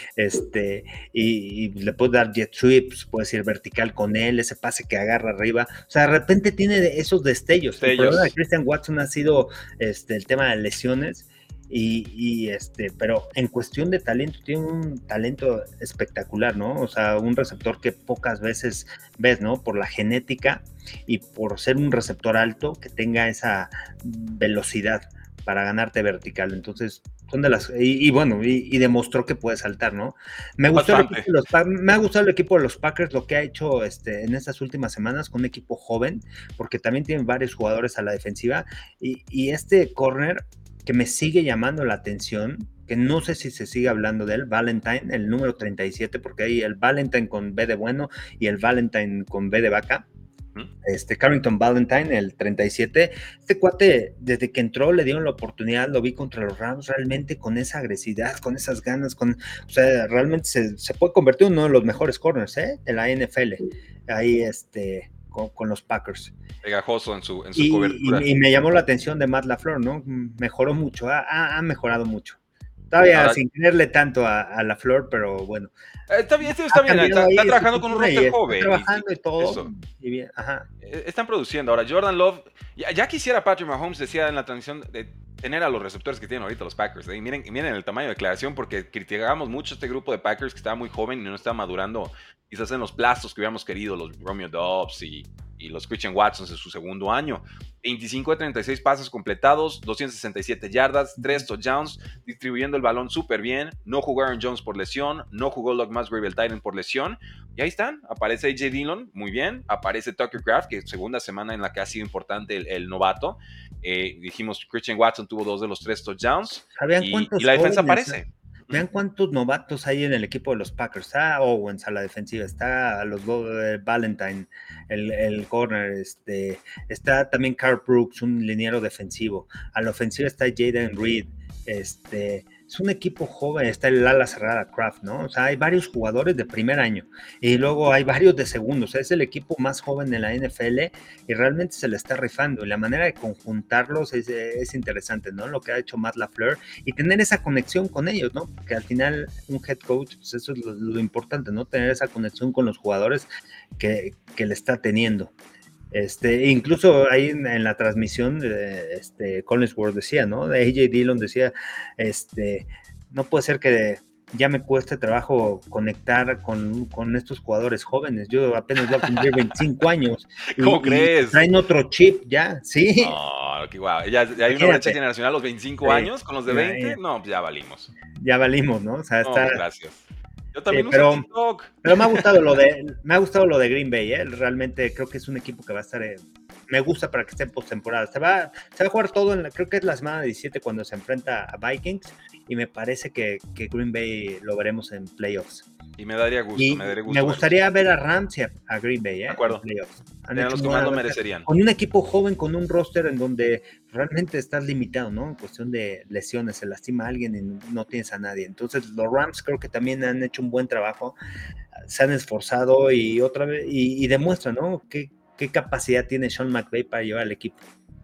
este, y, y le puede dar jet sweeps, puede ir vertical con él, ese pase que agarra arriba, o sea, de repente tiene esos destellos. destellos. El problema de Christian Watson ha sido este, el tema de lesiones, Y, y este, pero en cuestión de talento, tiene un talento espectacular, ¿no? O sea, un receptor que pocas veces ves, ¿no? Por la genética y por ser un receptor alto que tenga esa velocidad para ganarte vertical. Entonces, son de las. Y, y bueno, y, y demostró que puede saltar, ¿no? Me gustó el equipo de los, me ha gustado el equipo de los Packers, lo que ha hecho este, en estas últimas semanas con un equipo joven, porque también tienen varios jugadores a la defensiva. Y, y este corner que me sigue llamando la atención, que no sé si se sigue hablando de él, Valentine, el número treinta y siete, porque hay el Valentine con B de bueno y el Valentine con B de vaca. Este Carrington Valentine, el treinta y siete, este cuate, desde que entró, le dieron la oportunidad, lo vi contra los Rams, realmente con esa agresividad, con esas ganas, con, o sea, realmente se, se puede convertir en uno de los mejores corners, ¿eh? de la N F L, ahí este... Con, con los Packers. Pegajoso en su, en su y, cobertura. Y, y me llamó la atención de Matt LaFleur, ¿no? Mejoró mucho, ha, ha mejorado mucho. Todavía Ahora, sin creerle tanto a, a LaFleur, pero bueno. Está bien, está bien. Está, está trabajando con un roster joven. Está trabajando y, y todo. Y bien, ajá. Están produciendo. Ahora, Jordan Love, ya, ya quisiera Patrick Mahomes, decía en la transición, de tener a los receptores que tienen ahorita los Packers. ¿eh? Y miren, miren el tamaño de declaración, porque criticábamos mucho este grupo de Packers que estaba muy joven y no estaba madurando quizás en los plazos que hubiéramos querido, los Romeo Dobbs y y los Christian Watson en su segundo año. veinticinco de treinta y seis pases completados, doscientas sesenta y siete yardas, tres touchdowns, distribuyendo el balón súper bien. No jugó Aaron Jones por lesión, no jugó Luke Musgrave, el Titan, por lesión. Y ahí están, aparece A J Dillon, muy bien, aparece Tucker Kraft, que es segunda semana en la que ha sido importante el, el novato. Eh, dijimos, Christian Watson tuvo dos de los tres touchdowns. ¿Sabían Y, cuántos y la defensa jóvenes, aparece. Vean cuántos novatos hay en el equipo de los Packers. Está Owens a la defensiva, está a los dos, eh, Valentine, el, el corner, este, está también Carl Brooks, un liniero defensivo. A la ofensiva está Jaden Reed. Este, es un equipo joven, está el ala cerrada Kraft, ¿no? O sea, hay varios jugadores de primer año y luego hay varios de segundo. O sea, es el equipo más joven de la N F L y realmente se le está rifando. Y la manera de conjuntarlos es, es interesante, ¿no? Lo que ha hecho Matt LaFleur y tener esa conexión con ellos, ¿no? Porque al final un head coach, pues eso es lo, lo importante, ¿no? Tener esa conexión con los jugadores que, que le está teniendo. Este, incluso ahí en, en la transmisión, de, este, Collinsworth decía, ¿no? De A J Dillon decía, este, no puede ser que ya me cueste trabajo conectar con, con estos jugadores jóvenes. Yo apenas voy a cumplir veinticinco años. Y, ¿Cómo crees? Y traen otro chip ya, sí. No, qué guau. Ya, ya hay una brecha generacional a los veinticinco sí, años, con los de veinte, ya, ya. No, pues ya valimos. Ya valimos, ¿no? O sea, no, está... pues gracias. Yo también eh, uso pero, TikTok. Pero me ha gustado lo de, me ha gustado lo de Green Bay, ¿eh? Realmente creo que es un equipo que va a estar, eh, me gusta para que esté en postemporada. Se va, se va a jugar todo, en la, creo que es la semana diecisiete cuando se enfrenta a Vikings y me parece que, que Green Bay lo veremos en playoffs. Y me daría gusto, y me daría gusto. Me gustaría ver a Rams y a, a Green Bay, ¿eh? De acuerdo. En playoffs. Han Eran hecho los que más lo merecerían. Con un equipo joven, con un roster en donde realmente estás limitado, ¿no? En cuestión de lesiones, se lastima a alguien y no tienes a nadie. Entonces, los Rams creo que también han hecho un buen trabajo, se han esforzado y otra vez, y, y demuestran, ¿no? ¿Qué, qué capacidad tiene Sean McVay para llevar al equipo.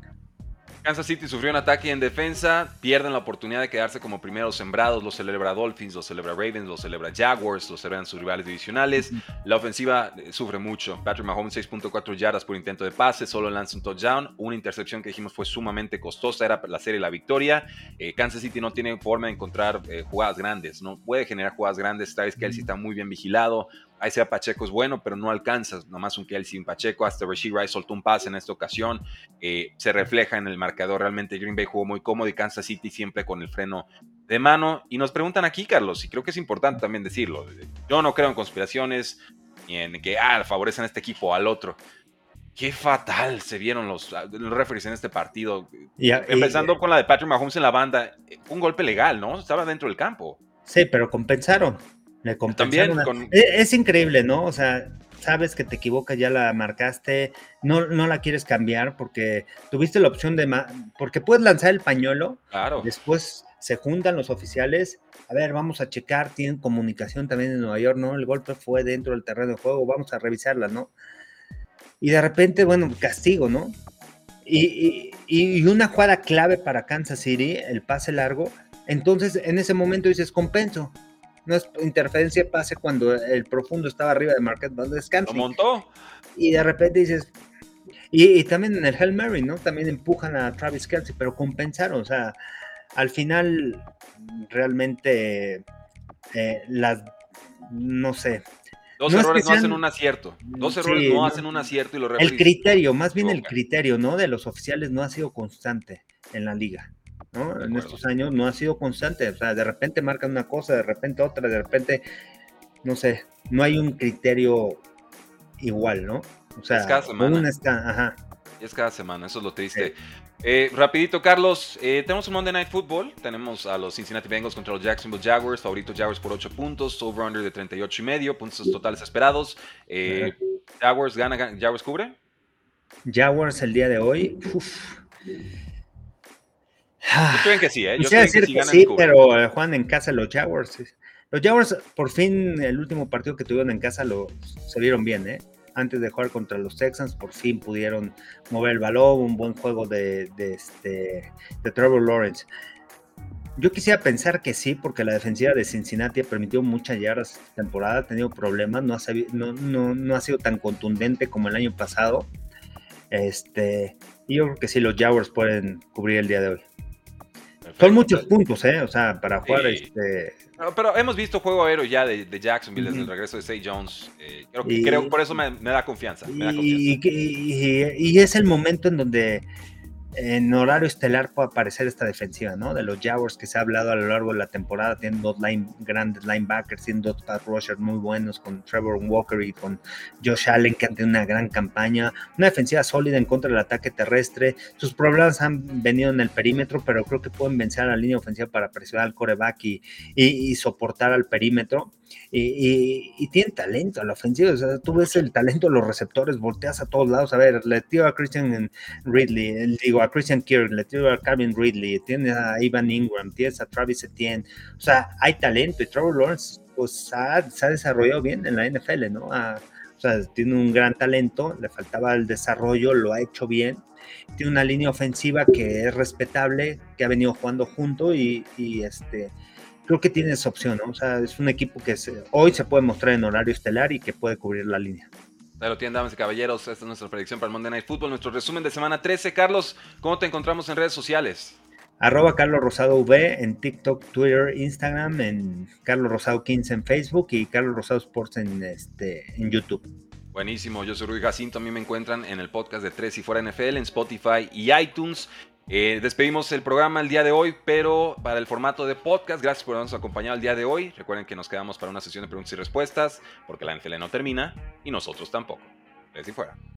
Kansas City sufrió un ataque y en defensa, pierden la oportunidad de quedarse como primeros sembrados, lo celebra Dolphins, lo celebra Ravens, lo celebra Jaguars, lo celebran sus rivales divisionales. La ofensiva eh, sufre mucho. Patrick Mahomes seis punto cuatro yardas por intento de pase, solo lanza un touchdown, una intercepción que dijimos fue sumamente costosa, era la serie la victoria. Eh, Kansas City no tiene forma de encontrar eh, jugadas grandes, no puede generar jugadas grandes. Travis Kelce está muy bien vigilado. Isaiah Pacheco es bueno, pero no alcanza, nomás un Kelce y un Pacheco. Hasta Rashee Rice soltó un pase en esta ocasión. Eh, se refleja en el marcador. Realmente Green Bay jugó muy cómodo y Kansas City siempre con el freno de mano. Y nos preguntan aquí, Carlos, y creo que es importante también decirlo. Yo no creo en conspiraciones ni en que ah, favorecen a este equipo o al otro. Qué fatal se vieron los, los referees en este partido. Y, Empezando y, con la de Patrick Mahomes en la banda. Un golpe legal, ¿no? Estaba dentro del campo. Sí, pero compensaron. Le compensaron. También con... es, es increíble, ¿no? O sea, sabes que te equivocas, ya la marcaste, no, no la quieres cambiar porque tuviste la opción de... Ma- porque puedes lanzar el pañuelo, claro. Después se juntan los oficiales, a ver, vamos a checar, tienen comunicación también en Nueva York, ¿no? El golpe fue dentro del terreno de juego, vamos a revisarla, ¿no? Y de repente, bueno, castigo, ¿no? Y, y, y una jugada clave para Kansas City, el pase largo, entonces en ese momento dices, compenso. No es interferencia, pase cuando el profundo estaba arriba de Marquette Valdez-Scantling. Lo montó. Y de repente dices... Y, y también en el Hail Mary, ¿no? También empujan a Travis Kelce, pero compensaron. O sea, al final, realmente, eh, las... No sé. Dos no errores es que sean, no hacen un acierto. Dos errores sí, no, no hacen un acierto y los El criterio, más bien el equivocan. criterio, ¿no? De los oficiales no ha sido constante en la liga. ¿no? En estos años no ha sido constante, o sea, de repente marcan una cosa, de repente otra, de repente, no sé, no hay un criterio igual, ¿no? O sea, es cada semana. Una está, ajá. Es cada semana, eso es lo triste. Sí. Eh, rapidito, Carlos, eh, tenemos un Monday Night Football, tenemos a los Cincinnati Bengals contra los Jacksonville Jaguars, favoritos Jaguars por ocho puntos, over-under de treinta y ocho y medio, puntos totales esperados. Eh, Jaguars gana, gana, Jaguars cubre. Jaguars el día de hoy, uff. Yo creo que sí, ¿eh? Yo Quisiera decir que, sí, que sí, pero eh, Juan en casa los Jaguars. Los Jaguars, por fin, el último partido que tuvieron en casa lo, se vieron bien, ¿eh? Antes de jugar contra los Texans, por fin pudieron mover el balón, un buen juego de, de, este, de Trevor Lawrence. Yo quisiera pensar que sí, porque la defensiva de Cincinnati ha permitido muchas yardas esta temporada, ha tenido problemas, no ha, sabido, no, no, no ha sido tan contundente como el año pasado. Este, y yo creo que sí, los Jaguars pueden cubrir el día de hoy. Perfecto. Son muchos puntos, ¿eh? O sea, para jugar, sí. este, No, pero hemos visto juego aéreo ya de, de Jacksonville desde el Ujú. regreso de Zay Jones. Eh, creo que creo Y, por eso me, me da confianza. Me da confianza. y, y- y es el momento en donde en horario estelar puede aparecer esta defensiva, ¿no? De los Jaguars que se ha hablado a lo largo de la temporada, tienen dos line, grandes linebackers, tienen dos pass rushers muy buenos con Trevor Walker y con Josh Allen que han tenido una gran campaña, una defensiva sólida en contra del ataque terrestre. Sus problemas han venido en el perímetro, pero creo que pueden vencer a la línea ofensiva para presionar al quarterback y, y, y soportar al perímetro. Y, y, y tienen talento a la ofensiva, o sea, tú ves Mucho. el talento de los receptores, volteas a todos lados, a ver, le tiro a Christian Ridley, digo, a Christian Kirk, le tiro a Calvin Ridley, tienes a Ivan Ingram, tienes a Travis Etienne, o sea, hay talento y Trevor Lawrence pues ha, se ha desarrollado bien en la N F L, ¿no? Ha, o sea, tiene un gran talento, le faltaba el desarrollo, lo ha hecho bien, tiene una línea ofensiva que es respetable, que ha venido jugando junto y, y este creo que tiene esa opción, ¿no? O sea, es un equipo que se, hoy se puede mostrar en horario estelar y que puede cubrir la línea. Ahí lo tienen, damas y caballeros. Esta es nuestra predicción para el Monday Night Football. Nuestro resumen de semana trece. Carlos, ¿cómo te encontramos en redes sociales? Arroba Carlos Rosado V en TikTok, Twitter, Instagram, en Carlos Rosado quince en Facebook y Carlos Rosado Sports en, este, en YouTube. Buenísimo, yo soy Rui Jacinto. A mí me encuentran en el podcast de Tres y Fuera N F L, en Spotify y iTunes. Eh, despedimos el programa el día de hoy, pero para el formato de podcast. Gracias por habernos acompañado el día de hoy. Recuerden que nos quedamos para una sesión de preguntas y respuestas, porque la N F L no termina y nosotros tampoco. Tres y Fuera.